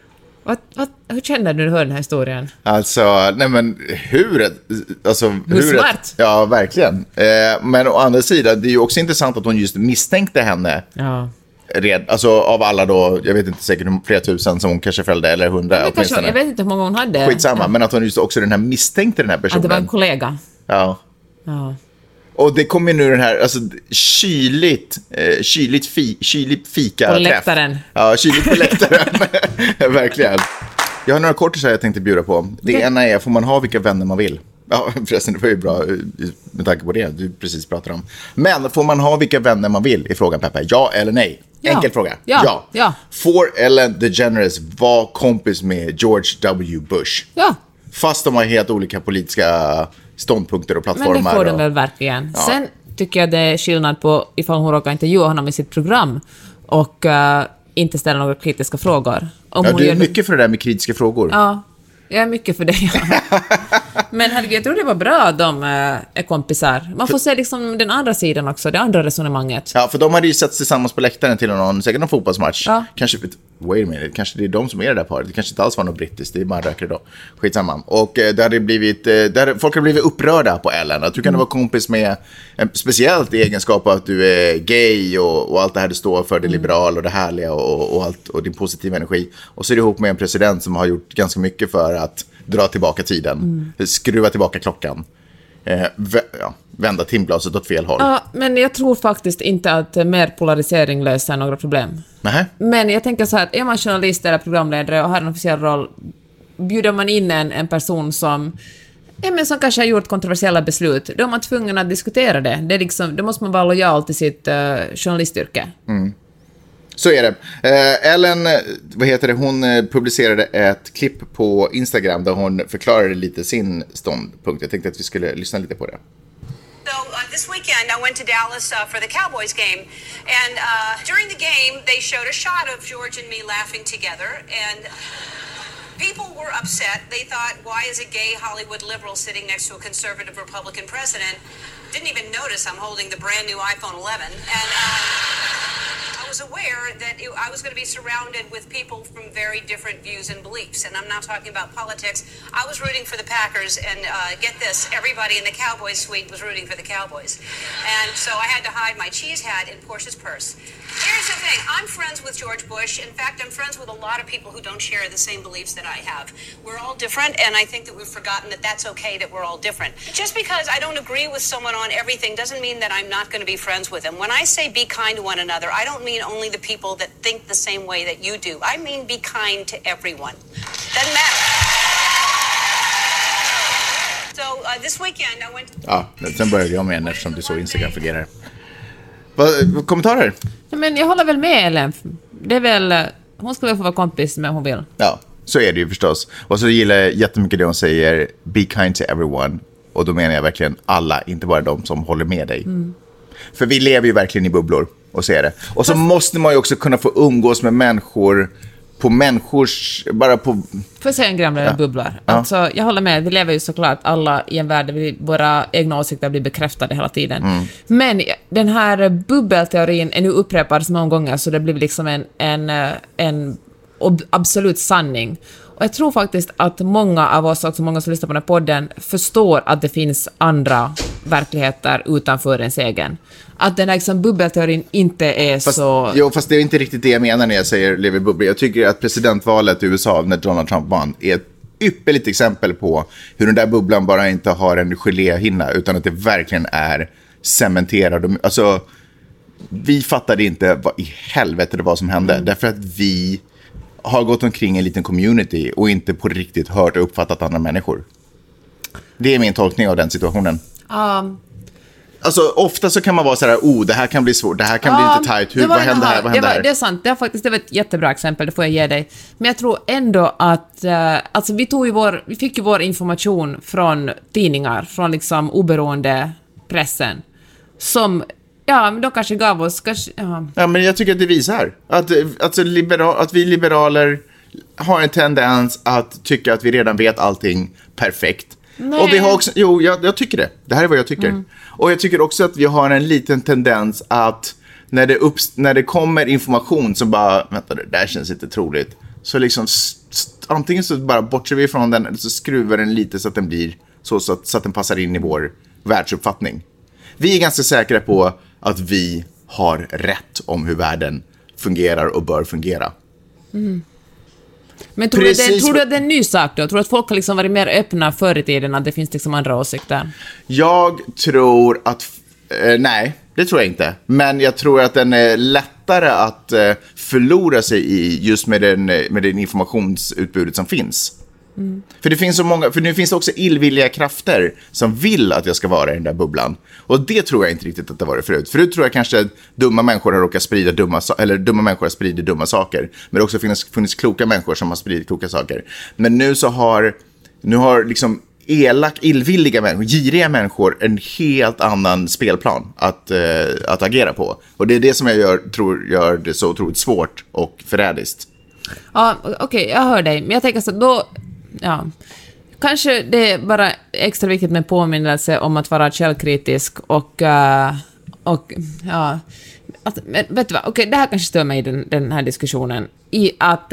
Hur känner du när du hör den här historien? Alltså, nej men hur smart? Ja, verkligen. Men å andra sidan, det är ju också intressant att hon just misstänkte henne. Ja. Alltså av alla då, jag vet inte säkert hur flera tusen som hon kanske följde, eller 100 åtminstone. Jag vet inte hur många hon hade. Skitsamma, men att hon just också misstänkte den här personen. Att det var en kollega. Ja. Och det kommer ju nu den här, alltså kyligt fika-träff. På läktaren. Ja, kyligt på läktaren. Verkligen. Jag har några kortisar jag tänkte bjuda på. Det ena är, får man ha vilka vänner man vill? Ja, förresten, det var ju bra med tanke på det du precis pratade om. Men får man ha vilka vänner man vill i frågan, Peppe? Ja eller nej? Ja. Enkel fråga. Ja. Får Ellen DeGeneres vara kompis med George W. Bush? Ja. Fast de har helt olika politiska ståndpunkter och plattformar. Men det får de väl verkligen. Ja. Sen tycker jag det är skillnad på ifall hon råkar intervjua honom i sitt program och inte ställa några kritiska frågor. Du är mycket för det där med kritiska frågor. Ja, jag är mycket för det. Ja. Men herregud, jag tror det var bra att de är kompisar. Man får se liksom den andra sidan också, det andra resonemanget. Ja, för de hade ju sett tillsammans på läktaren till säkert någon fotbollsmatch. Ja. Kanske, wait a minute, kanske det är de som är det där paret. Det kanske inte alls var något brittiskt, det är bara rökare då. Skitsamma. Och folk har blivit upprörda på Ellen. Att du kan vara kompis med, speciellt i egenskap av att du är gay och allt det här du står för, det liberala och det härliga och allt, och din positiva energi. Och så är du ihop med en president som har gjort ganska mycket för att dra tillbaka tiden, skruva tillbaka klockan, vända timglaset åt fel håll. Ja, men jag tror faktiskt inte att mer polarisering löser några problem. Nähä. Men jag tänker så här, att är man journalist eller programledare och har en officiell roll, bjuder man in en person som kanske har gjort kontroversiella beslut, då är man tvungen att diskutera det. Det är liksom, då måste man vara lojal till sitt journalistyrke. Så är det. Ellen, hon publicerade ett klipp på Instagram där hon förklarade lite sin ståndpunkt. Jag tänkte att vi skulle lyssna lite på det. So this weekend I went to Dallas for the Cowboys game, and during the game they showed a shot of George and me laughing together, and People were upset. They thought, why is a gay Hollywood liberal sitting next to a conservative Republican president? Didn't even notice I'm holding the brand new iPhone 11. And I was aware that I was going to be surrounded with people from very different views and beliefs. And I'm not talking about politics. I was rooting for the Packers, and get this, everybody in the Cowboys suite was rooting for the Cowboys. And so I had to hide my cheese hat in Portia's purse. Here's the thing. I'm friends with George Bush. In fact, I'm friends with a lot of people who don't share the same beliefs that I have. We're all different, and I think that we've forgotten that that's okay, that we're all different. Just because I don't agree with someone on everything doesn't mean that I'm not going to be friends with them. When I say be kind to one another, I don't mean only the people that think the same way that you do. I mean be kind to everyone. Doesn't matter. So this weekend I went... Ja, sen började jag med en eftersom du så Instagram fungerar. Kommentarer? Men jag håller väl med Ellen. Det är väl... Hon ska väl få vara kompis med hon vill. Ja, så är det ju förstås. Och så gillar jag jättemycket det hon säger. Be kind to everyone. Och då menar jag verkligen alla, inte bara de som håller med dig. För vi lever ju verkligen i bubblor och ser det. Och så måste man ju också kunna få umgås med människor på människors... Bara på... Får jag säga en grej om det bubblor? Ja. Alltså, jag håller med. Vi lever ju såklart alla i en värld där våra egna åsikter blir bekräftade hela tiden. Men den här bubbelteorin är nu upprepad så många gånger så det blir liksom en absolut sanning. Och jag tror faktiskt att många av oss, också många som lyssnar på den här podden, förstår att det finns andra verkligheter utanför ens egen. Att den här liksom bubbelteorin inte är så... Jo, fast det är inte riktigt det jag menar när jag säger lever i bubblor. Jag tycker att presidentvalet i USA när Donald Trump vann är ett ypperligt exempel på hur den där bubblan bara inte har en geléhinna utan att det verkligen är cementerad. Alltså, vi fattade inte vad i helvete det var som hände. Därför att vi har gått omkring en liten community och inte på riktigt hört och uppfattat andra människor. Det är min tolkning av den situationen. Alltså ofta så kan man vara så här, det här kan bli svårt, det här kan bli lite tajt, vad händer här, vad händer här? Det är sant, det var ett jättebra exempel, det får jag ge dig. Men jag tror ändå att, alltså vi fick ju vår information från tidningar, från liksom oberoende pressen, som, ja, men de kanske gav oss, Ja, men jag tycker att det visar att vi liberaler har en tendens att tycka att vi redan vet allting perfekt. Nej. Och vi har också, jag tycker det. Det här är vad jag tycker. Och jag tycker också att vi har en liten tendens att när det kommer information som bara, vänta, det där känns inte troligt. Så liksom antingen så bara bortser vi från den eller så skruvar den lite så att den blir så att den passar in i vår världsuppfattning. Vi är ganska säkra på att vi har rätt om hur världen fungerar och bör fungera. Men tror du att det är en ny sak då? Tror du att folk har liksom varit mer öppna förr i tiden, att det finns liksom andra åsikter? Jag tror att... nej, det tror jag inte. Men jag tror att den är lättare att förlora sig i just med den informationsutbudet som finns. För det finns så många, för nu finns det också illvilliga krafter som vill att jag ska vara i den där bubblan. Och det tror jag inte riktigt att det var förut. Förut tror jag kanske att dumma människor har råkat sprida dumma människor har spridit dumma saker. Men det har också funnits kloka människor som har spridit kloka saker. Men nu har liksom illvilliga människor, giriga människor en helt annan spelplan att agera på. Och det är det som jag tror gör det så otroligt svårt och förrädiskt. Ja, okej, jag hör dig. Men jag tänker så då... Ja, kanske det är bara extra viktigt med påminnelse om att vara källkritisk och ja, men vet du vad, okej, det här kanske stör mig i den här diskussionen i att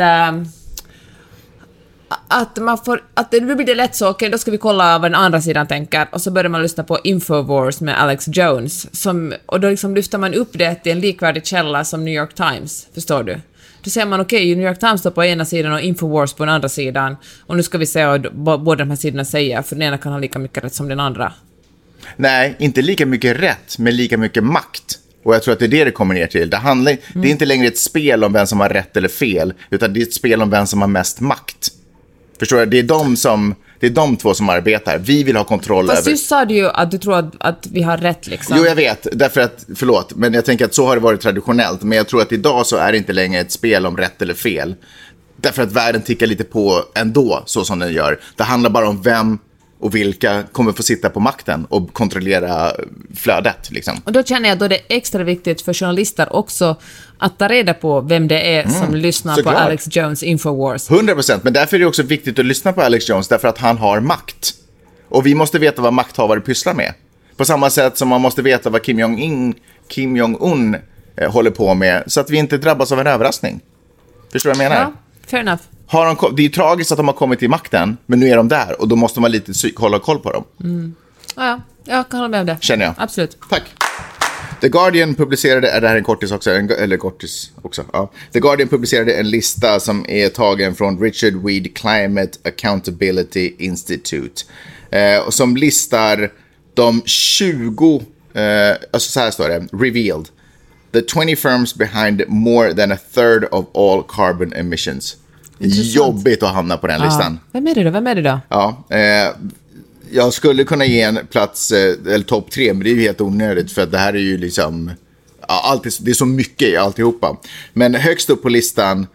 man får, att det blir det lätt så, okej, då ska vi kolla vad den andra sidan tänker och så börjar man lyssna på Infowars med Alex Jones och då liksom lyfter man upp det till en likvärdig källa som New York Times, förstår du? Då säger man okej, New York Times står på ena sidan och Infowars på den andra sidan. Och nu ska vi se vad båda de här sidorna säger, för den ena kan ha lika mycket rätt som den andra. Nej, inte lika mycket rätt, men lika mycket makt. Och jag tror att det är det kommer ner till. Det är inte längre ett spel om vem som har rätt eller fel, utan det är ett spel om vem som har mest makt. Förstår du? Det är de två som arbetar. Vi vill ha kontroll över... Fast du sa ju att du tror att vi har rätt liksom. Jo, jag vet. Därför att, förlåt, men jag tänker att så har det varit traditionellt. Men jag tror att idag så är det inte längre ett spel om rätt eller fel. Därför att världen tickar lite på ändå, så som den gör. Det handlar bara om och vilka kommer få sitta på makten och kontrollera flödet. Liksom. Och då känner jag att då det är extra viktigt för journalister också att ta reda på vem det är som lyssnar på Alex Jones Infowars. 100%, men därför är det också viktigt att lyssna på Alex Jones, därför att han har makt. Och vi måste veta vad makthavare pysslar med. På samma sätt som man måste veta vad Kim Jong-Un håller på med, så att vi inte drabbas av en överraskning. Förstår du vad jag menar? Ja, fair enough. Det är ju tragiskt att de har kommit till makten, men nu är de där och då måste man lite hålla koll på dem. Ja, jag kan hålla med om det. Känner jag. Absolut. Tack. The Guardian publicerade, det här är en kortis också, ja. The Guardian publicerade en lista som är tagen från Richard Weed Climate Accountability Institute. Och som listar de 20, alltså så här står det, revealed. The 20 firms behind more than a third of all carbon emissions. Jobbigt att hamna på den listan. Vem är det då? Ja, jag skulle kunna ge en plats, eller topp 3, men det är ju helt onödigt för att det här är ju liksom, det är så mycket i alltihopa. Men högst upp på listan,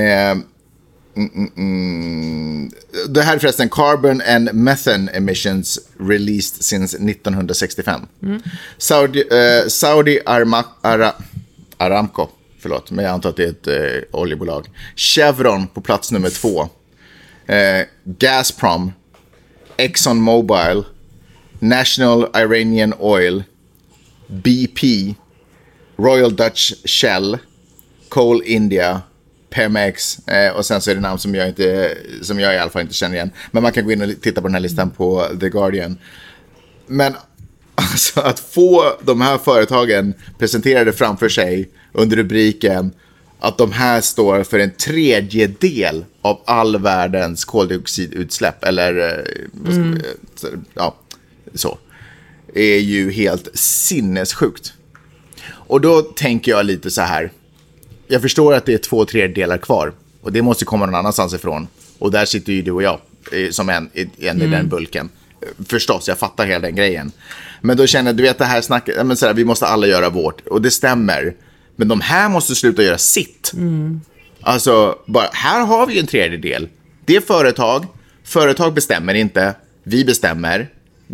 det här är förresten carbon and methane emissions released since 1965. Saudi Aramco, förlåt, men jag antar att det är ett oljebolag. Chevron på plats nummer 2. Gazprom, ExxonMobil, National Iranian Oil, BP, Royal Dutch Shell, Coal India, Pemex, och sen så är det namn som jag i alla fall inte känner igen. Men man kan gå in och titta på den här listan på The Guardian. Men alltså, att få de här företagen presenterade framför sig under rubriken att de här står för en tredjedel av all världens koldioxidutsläpp, eller så, är ju helt sinnessjukt. Och då tänker jag lite så här. Jag förstår att det är 2/3 kvar, och det måste komma någon annanstans ifrån. Och där sitter ju du och jag som en i den bulken. Förstås, jag fattar hela den grejen. Men då känner jag, du vet det här snacket, men så här, vi måste alla göra vårt. Och det stämmer. Men de här måste sluta göra sitt. Alltså, bara, här har vi en tredjedel. Det är företag bestämmer inte. Vi bestämmer.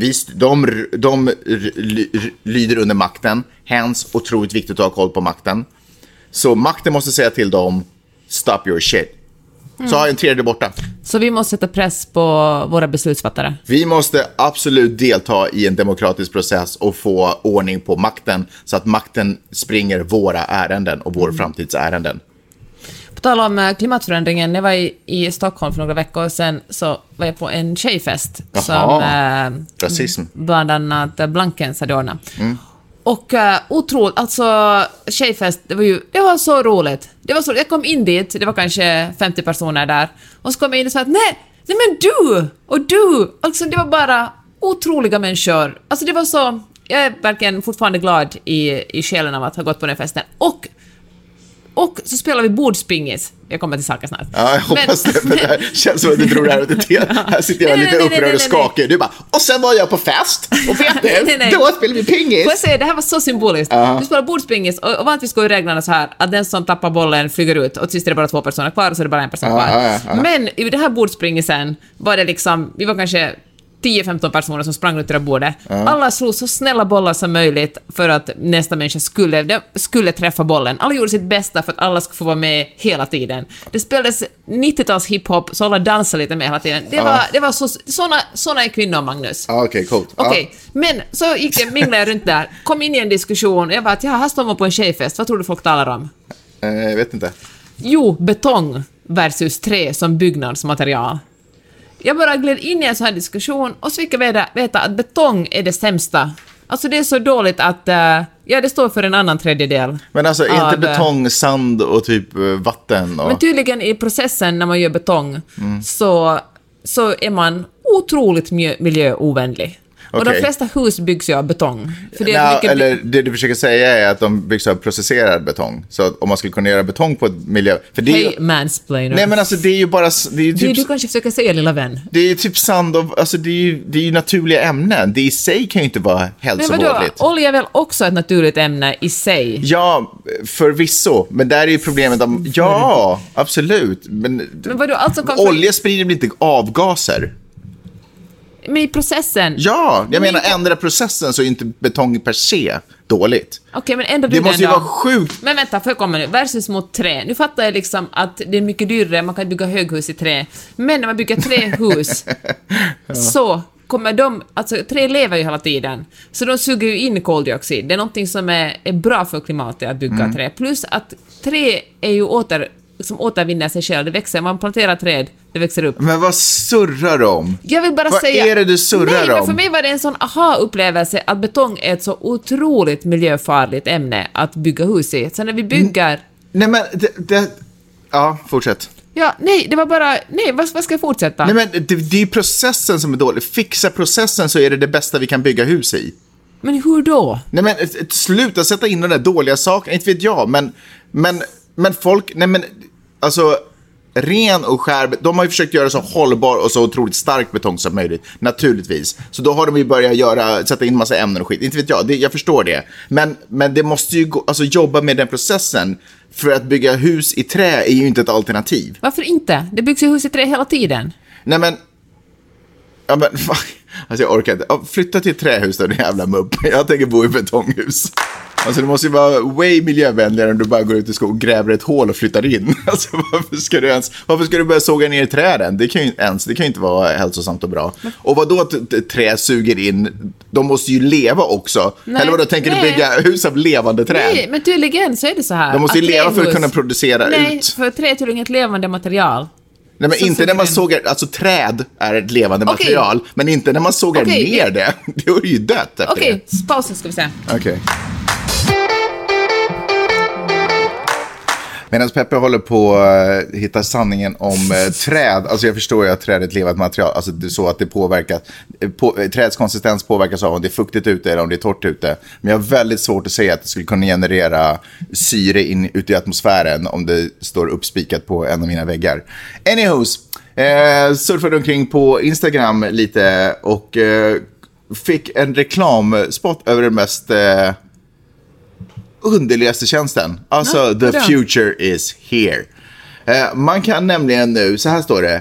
De lyder under makten. Hens otroligt viktigt att ha koll på makten. Så makten måste säga till dem, stop your shit. Så har en tredjedel borta. Så vi måste sätta press på våra beslutsfattare. Vi måste absolut delta i en demokratisk process och få ordning på makten, så att makten springer våra ärenden och vår framtidsärenden. På tal om klimatförändringen, jag var i Stockholm för några veckor sedan, så var jag på en tjejfest som rasism. Bland annat Blankens hade ordnat. Och otroligt, alltså tjejfest, det var så roligt. Det var så, jag kom in dit, det var kanske 50 personer där. Och så kom jag in och sa att nej men du, alltså det var bara otroliga människor. Alltså det var så, jag är verkligen fortfarande glad i själen av att ha gått på den festen. Och så spelar vi bordspingis. Jag kommer till saker snart. Ja, jag hoppas det. För det här känns som att du drog det här åt ett helt. Här sitter jag lite upprörd och skakig. Du bara, och sen var jag på fest. Och vet du, då spelar vi pingis. Får jag säga, det här var så symboliskt. Vi spelar bordspingis och vanligtvis går ju reglerna så här att den som tappar bollen flyger ut och tills det är bara 2 personer kvar och så är det bara en person kvar. Men i det här bordspringisen var det liksom, vi var kanske 10-15 personer som sprang ut till det bordet. Alla slog så snälla bollar som möjligt för att nästa människa skulle träffa bollen. Alla gjorde sitt bästa för att alla skulle få vara med hela tiden. Det spelades 90-tals hiphop, så alla dansade lite med hela tiden. Det var såna är kvinnor, Magnus. Okej, coolt. Okej, men så minglade jag runt där. Kom in i en diskussion. Jag bara, här står man på en tjejfest. Vad tror du folk talar om? Jag vet inte. Jo, betong versus trä som byggnadsmaterial. Jag bara gled in i en sån här diskussion och så fick jag veta att betong är det sämsta. Alltså det är så dåligt att det står för en annan tredjedel. Men alltså är inte betong sand och typ vatten? Och... Men tydligen i processen när man gör betong så är man otroligt miljöovänlig. Och de flesta hus byggs ju av betong. För det är mycket eller det du försöker säga är att de byggs av processerad betong. Så om man skulle kunna göra betong på ett miljö... För det hey, mansplainer. Nej, men alltså det är ju bara... Det är ju typ, du kanske försöker säga, lilla vän. Det är ju typ sand och... Alltså det är ju naturliga ämnen. Det i sig kan ju inte vara hälsovådligt. Men vadå? Olja är väl också ett naturligt ämne i sig? Ja, förvisso. Men där är ju problemet om... Ja, absolut. Men vadå? Alltså olja sprider väl inte avgaser? men i processen... Ja, jag menar ändra processen så är inte betong per se dåligt. Okej, men ändå det måste ju vara sjukt. Men vänta, för jag kommer nu. Versus mot trä. Nu fattar jag liksom att det är mycket dyrare, man kan bygga höghus i trä. Men när man bygger trähus så kommer de... Alltså, trä lever ju hela tiden. Så de suger ju in koldioxid. Det är någonting som är bra för klimatet att bygga trä. Plus att trä är ju som återvinner sig själv. Det växer, man planterar träd, det växer upp. Men vad surrar de? Jag vill bara vad säga... Vad är det du surrar om? Men för mig var det en sån aha-upplevelse att betong är ett så otroligt miljöfarligt ämne att bygga hus i. Så när vi bygger... Nej, men ja, fortsätt. Ja, nej, det var bara... Nej, vad ska jag fortsätta? Nej, men det är processen som är dålig. Fixa processen så är det bästa vi kan bygga hus i. Men hur då? Nej, men sluta sätta in de där dåliga sakerna. Inte vet jag, men folk... Nej, men alltså... Ren och skär, de har ju försökt göra så hållbar och så otroligt stark betong som möjligt, naturligtvis. Så då har de ju börjat sätta in massa ämnen och skit. Inte vet jag, jag förstår det. Men det måste ju jobba med den processen. För att bygga hus i trä är ju inte ett alternativ. Varför inte? Det byggs ju hus i trä hela tiden. Nej, men... Ja, men... Alltså jag orkar inte. Flytta till ett trähus då, din jävla mupp. Jag tänker bo i betonghus. Alltså det måste ju vara way miljövänligare om du bara går ut i skog och gräver ett hål och flyttar in. Alltså varför ska du börja såga ner träden? Det kan ju inte vara hälsosamt och bra. Och vad då att trä suger in? De måste ju leva också. Nej, eller vad då tänker du bygga hus av levande träd? Nej, men tydligen så är det så här. De måste ju leva för att kunna producera ut. Nej, för trä är tydligen ett levande material. Nej, men inte när man sågar, alltså träd är ett levande material, men inte när man sågar ner det. Det är ju dött efter Okej, pausen ska vi se. Okej. Medan Peppe håller på att hitta sanningen om träd. Alltså jag förstår ju att träd är ett levande material. Alltså det är så att det påverkar. Träds konsistens påverkas av om det är fuktigt ute eller om det är torrt ute. Men jag har väldigt svårt att säga att det skulle kunna generera syre ut i atmosfären om det står uppspikat på en av mina väggar. Anyhows, surfade omkring på Instagram lite och fick en reklamspot över den mest... underligaste tjänsten. Alltså, the future is here. Man kan nämligen nu, så här står det,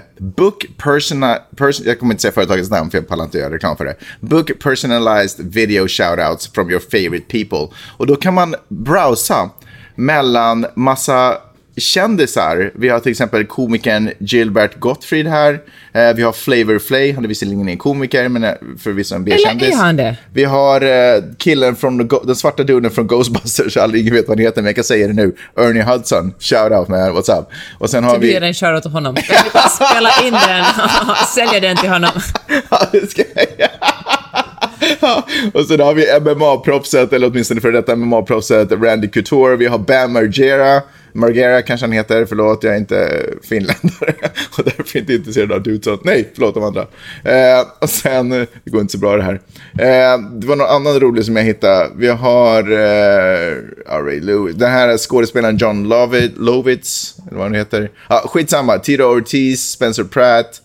jag kommer inte säga företagets namn för jag pallar inte göra reklam för det. Book personalized video shoutouts from your favorite people. Och då kan man browsa mellan massa kändisar. Vi har till exempel komikern Gilbert Gottfried här. Vi har Flavor Flay, han är visserligen en komiker, men förvisso en B-kändis. Eller är han det? Vi har killen från den svarta duden från Ghostbusters, ingen vet vad han heter, men jag kan säga det nu. Ernie Hudson, shout out man, what's up? Och sen har så vi... du ger en shoutout till honom. Jag vill bara spela in den och sälja den till honom. Ja, det ska jag. Och så har vi MMA-proffset, eller åtminstone för detta MMA-proffset Randy Couture. Vi har Bam Margera kanske han heter, förlåt, jag är inte finländare och därför inte intresserad av Dudson. Nej, förlåt de andra. Och sen, det går inte så bra det här. Det var någon annan rolig som jag hittade. Vi har Ray Lewis, den här skådespelaren John Lovitz, eller vad han heter. Skitsamma, Tito Ortiz, Spencer Pratt,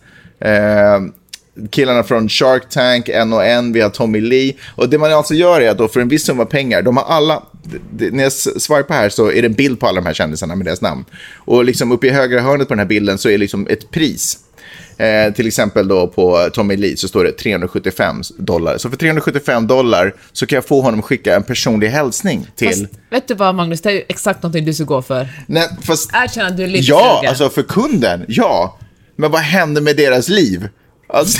killarna från Shark Tank, en, vi har Tommy Lee. Och det man alltså gör är att då för en viss summa pengar, de har alla, när jag swipar här så är det en bild på alla de här kändisarna med deras namn. Och liksom uppe i högra hörnet på den här bilden så är liksom ett pris. Till exempel då på Tommy Lee så står det $375. Så för $375 så kan jag få honom skicka en personlig hälsning till... Fast, vet du vad Magnus, det är ju exakt något du ska gå för. Nej, fast... Erkänn att du är lite ja, sugen. alltså för kunden, ja. Men vad händer med deras liv? Alltså,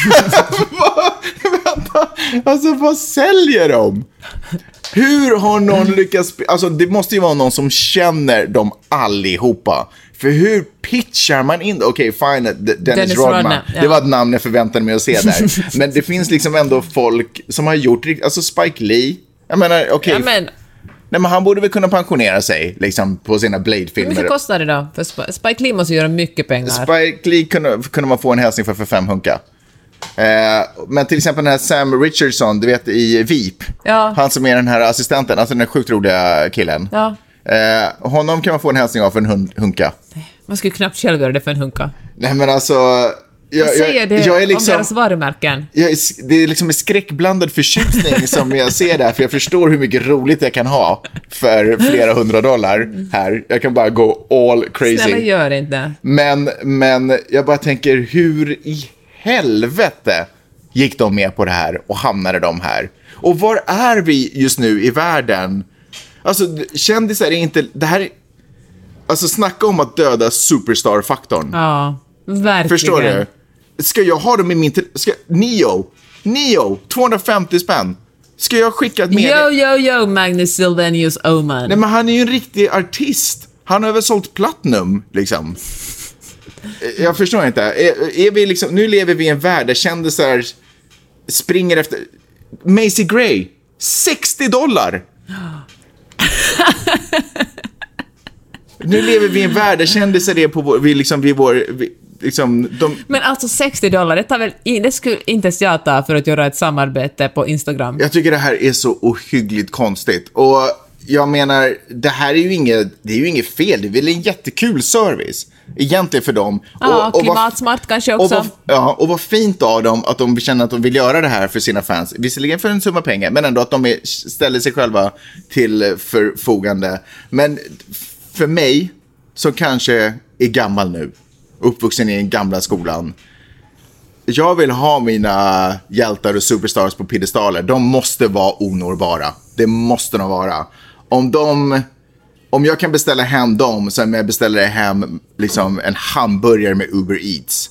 vad säljer de? Hur har någon lyckats... Alltså det måste ju vara någon som känner dem allihopa. För hur pitchar man in... Okej, fine, Dennis Rodman. Ja. Det var ett namn jag förväntade mig att se där. Men det finns liksom ändå folk som har gjort... Alltså Spike Lee. Jag menar, okej... Nej, men han borde väl kunna pensionera sig liksom, på sina Blade-filmer. Hur mycket kostar det då? För Spike Lee måste göra mycket pengar. Spike Lee kunde man få en hälsning för 5 hunka. Men till exempel den här Sam Richardson, du vet i Veep. Ja. Han som är den här assistenten, alltså den här sjukt roliga killen. Ja. Honom kan man få en hälsning av för en hunka. Man skulle knappt själv göra det för en hunka. Nej men alltså... Jag är liksom, om deras varumärken. Det är liksom en skräckblandad förtjusning som jag ser där. För jag förstår hur mycket roligt jag kan ha för flera $100 här. Jag kan bara gå all crazy. Snälla gör det inte. Men jag bara tänker, hur i helvete gick de med på det här och hamnade de här. Och var är vi just nu i världen? Alltså, kändisar är inte... Det här är, alltså, snacka om att döda superstar-faktorn. Ja, verkligen. Förstår du? Ska jag ha dem i min... Neo, 250 spänn. Ska jag skicka ett Yo, Magnus Silvenius Oman. Nej, men han är ju en riktig artist. Han har väl sålt platinum, liksom. Jag förstår inte. Är vi liksom... Nu lever vi i en värld där kändisar springer efter... Macy Gray, $60. Nu lever vi i en värld där kändisar är på vår... Men alltså $60, det skulle inte ens jag ta för att göra ett samarbete på Instagram. Jag tycker det här är så ohyggligt konstigt. Och jag menar, det här är ju inget fel. Det är väl en jättekul service egentligen för dem. Ja, och klimatsmart kanske också. Och vad fint av dem att de känner att de vill göra det här för sina fans. Visserligen för en summa pengar, men ändå att de ställer sig själva till förfogande. Men för mig, som kanske är gammal nu, uppvuxen i den gamla skolan, jag vill ha mina hjältar och superstars på piedestaler. De måste vara onårbara. Det måste de vara. Om jag kan beställa hem dem som jag beställer hem liksom en hamburgare med Uber Eats,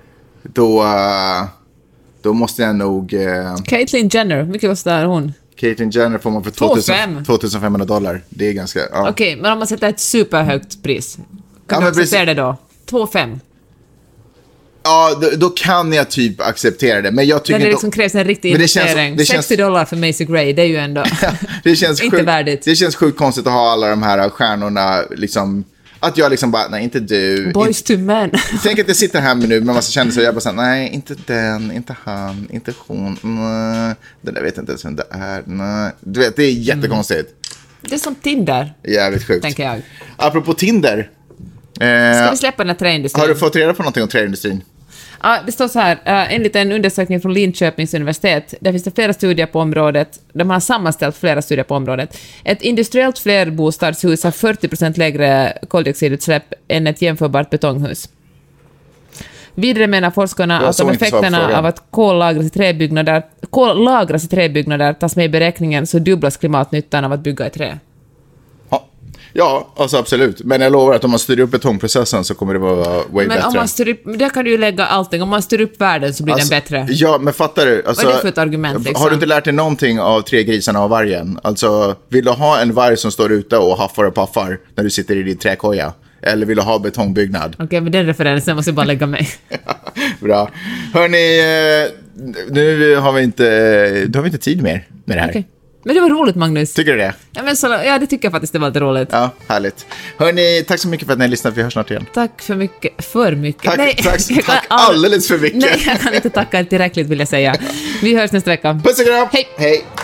då måste jag nog... Caitlyn Jenner, mycket kostar hon? Caitlyn Jenner får man för $2,500. Det är ganska... Ja. Okej, men om man sätter ett superhögt pris, kan du acceptera det då? 2,5. Ja, då kan jag typ acceptera det. Men jag tycker det liksom krävs en riktig investering. $60 för Macy Gray, det är ju ändå det känns inte värdigt. Det känns sjukt konstigt att ha alla de här stjärnorna liksom... Att jag liksom bara, nej, inte du. Boys to men. Tänk att jag sitter här nu med massa kändisar och jag bara säger, nej, inte den, inte han, inte hon. Nej, den där vet inte ens vem det är. Nej. Du vet, det är jättekonstigt. Det är som Tinder. Jävligt sjukt. Tänker jag. Apropå Tinder. Ska vi släppa den här träindustrin? Har du fått reda på någonting om träindustrin? Ja, det står så här, enligt en undersökning från Linköpings universitet, där finns det flera studier på området, de har sammanställt flera studier på området. Ett industriellt flerbostadshus har 40% lägre koldioxidutsläpp än ett jämförbart betonghus. Vidare menar forskarna att om effekterna av att kol lagras i träbyggnader tas med i beräkningen, så dubblas klimatnyttan av att bygga i trä. Ja, alltså absolut. Men jag lovar att om man styr upp betongprocessen så kommer det vara way bättre. Men om man styr upp, där kan du ju lägga allting. Om man styr upp världen så blir den bättre. Ja, men fattar du? Alltså, vad är det för ett argument? Liksom? Har du inte lärt dig någonting av 3 grisarna och vargen? Alltså, vill du ha en varg som står ute och haffar och paffar när du sitter i din träkoja? Eller vill du ha betongbyggnad? Okej, men den referensen måste jag bara lägga mig. Bra. Hörrni, nu har vi inte tid mer med det här. Okay. Men det var roligt, Magnus. Tycker du det? Ja, det tycker jag faktiskt, det var lite roligt. Ja, härligt. Hörrni, tack så mycket för att ni har lyssnat. Vi hörs snart igen. Tack för mycket. För mycket. Tack alldeles för mycket. Nej, jag kan inte tacka tillräckligt, vill jag säga. Vi hörs nästa vecka. Puss och kram. Hej. Hej.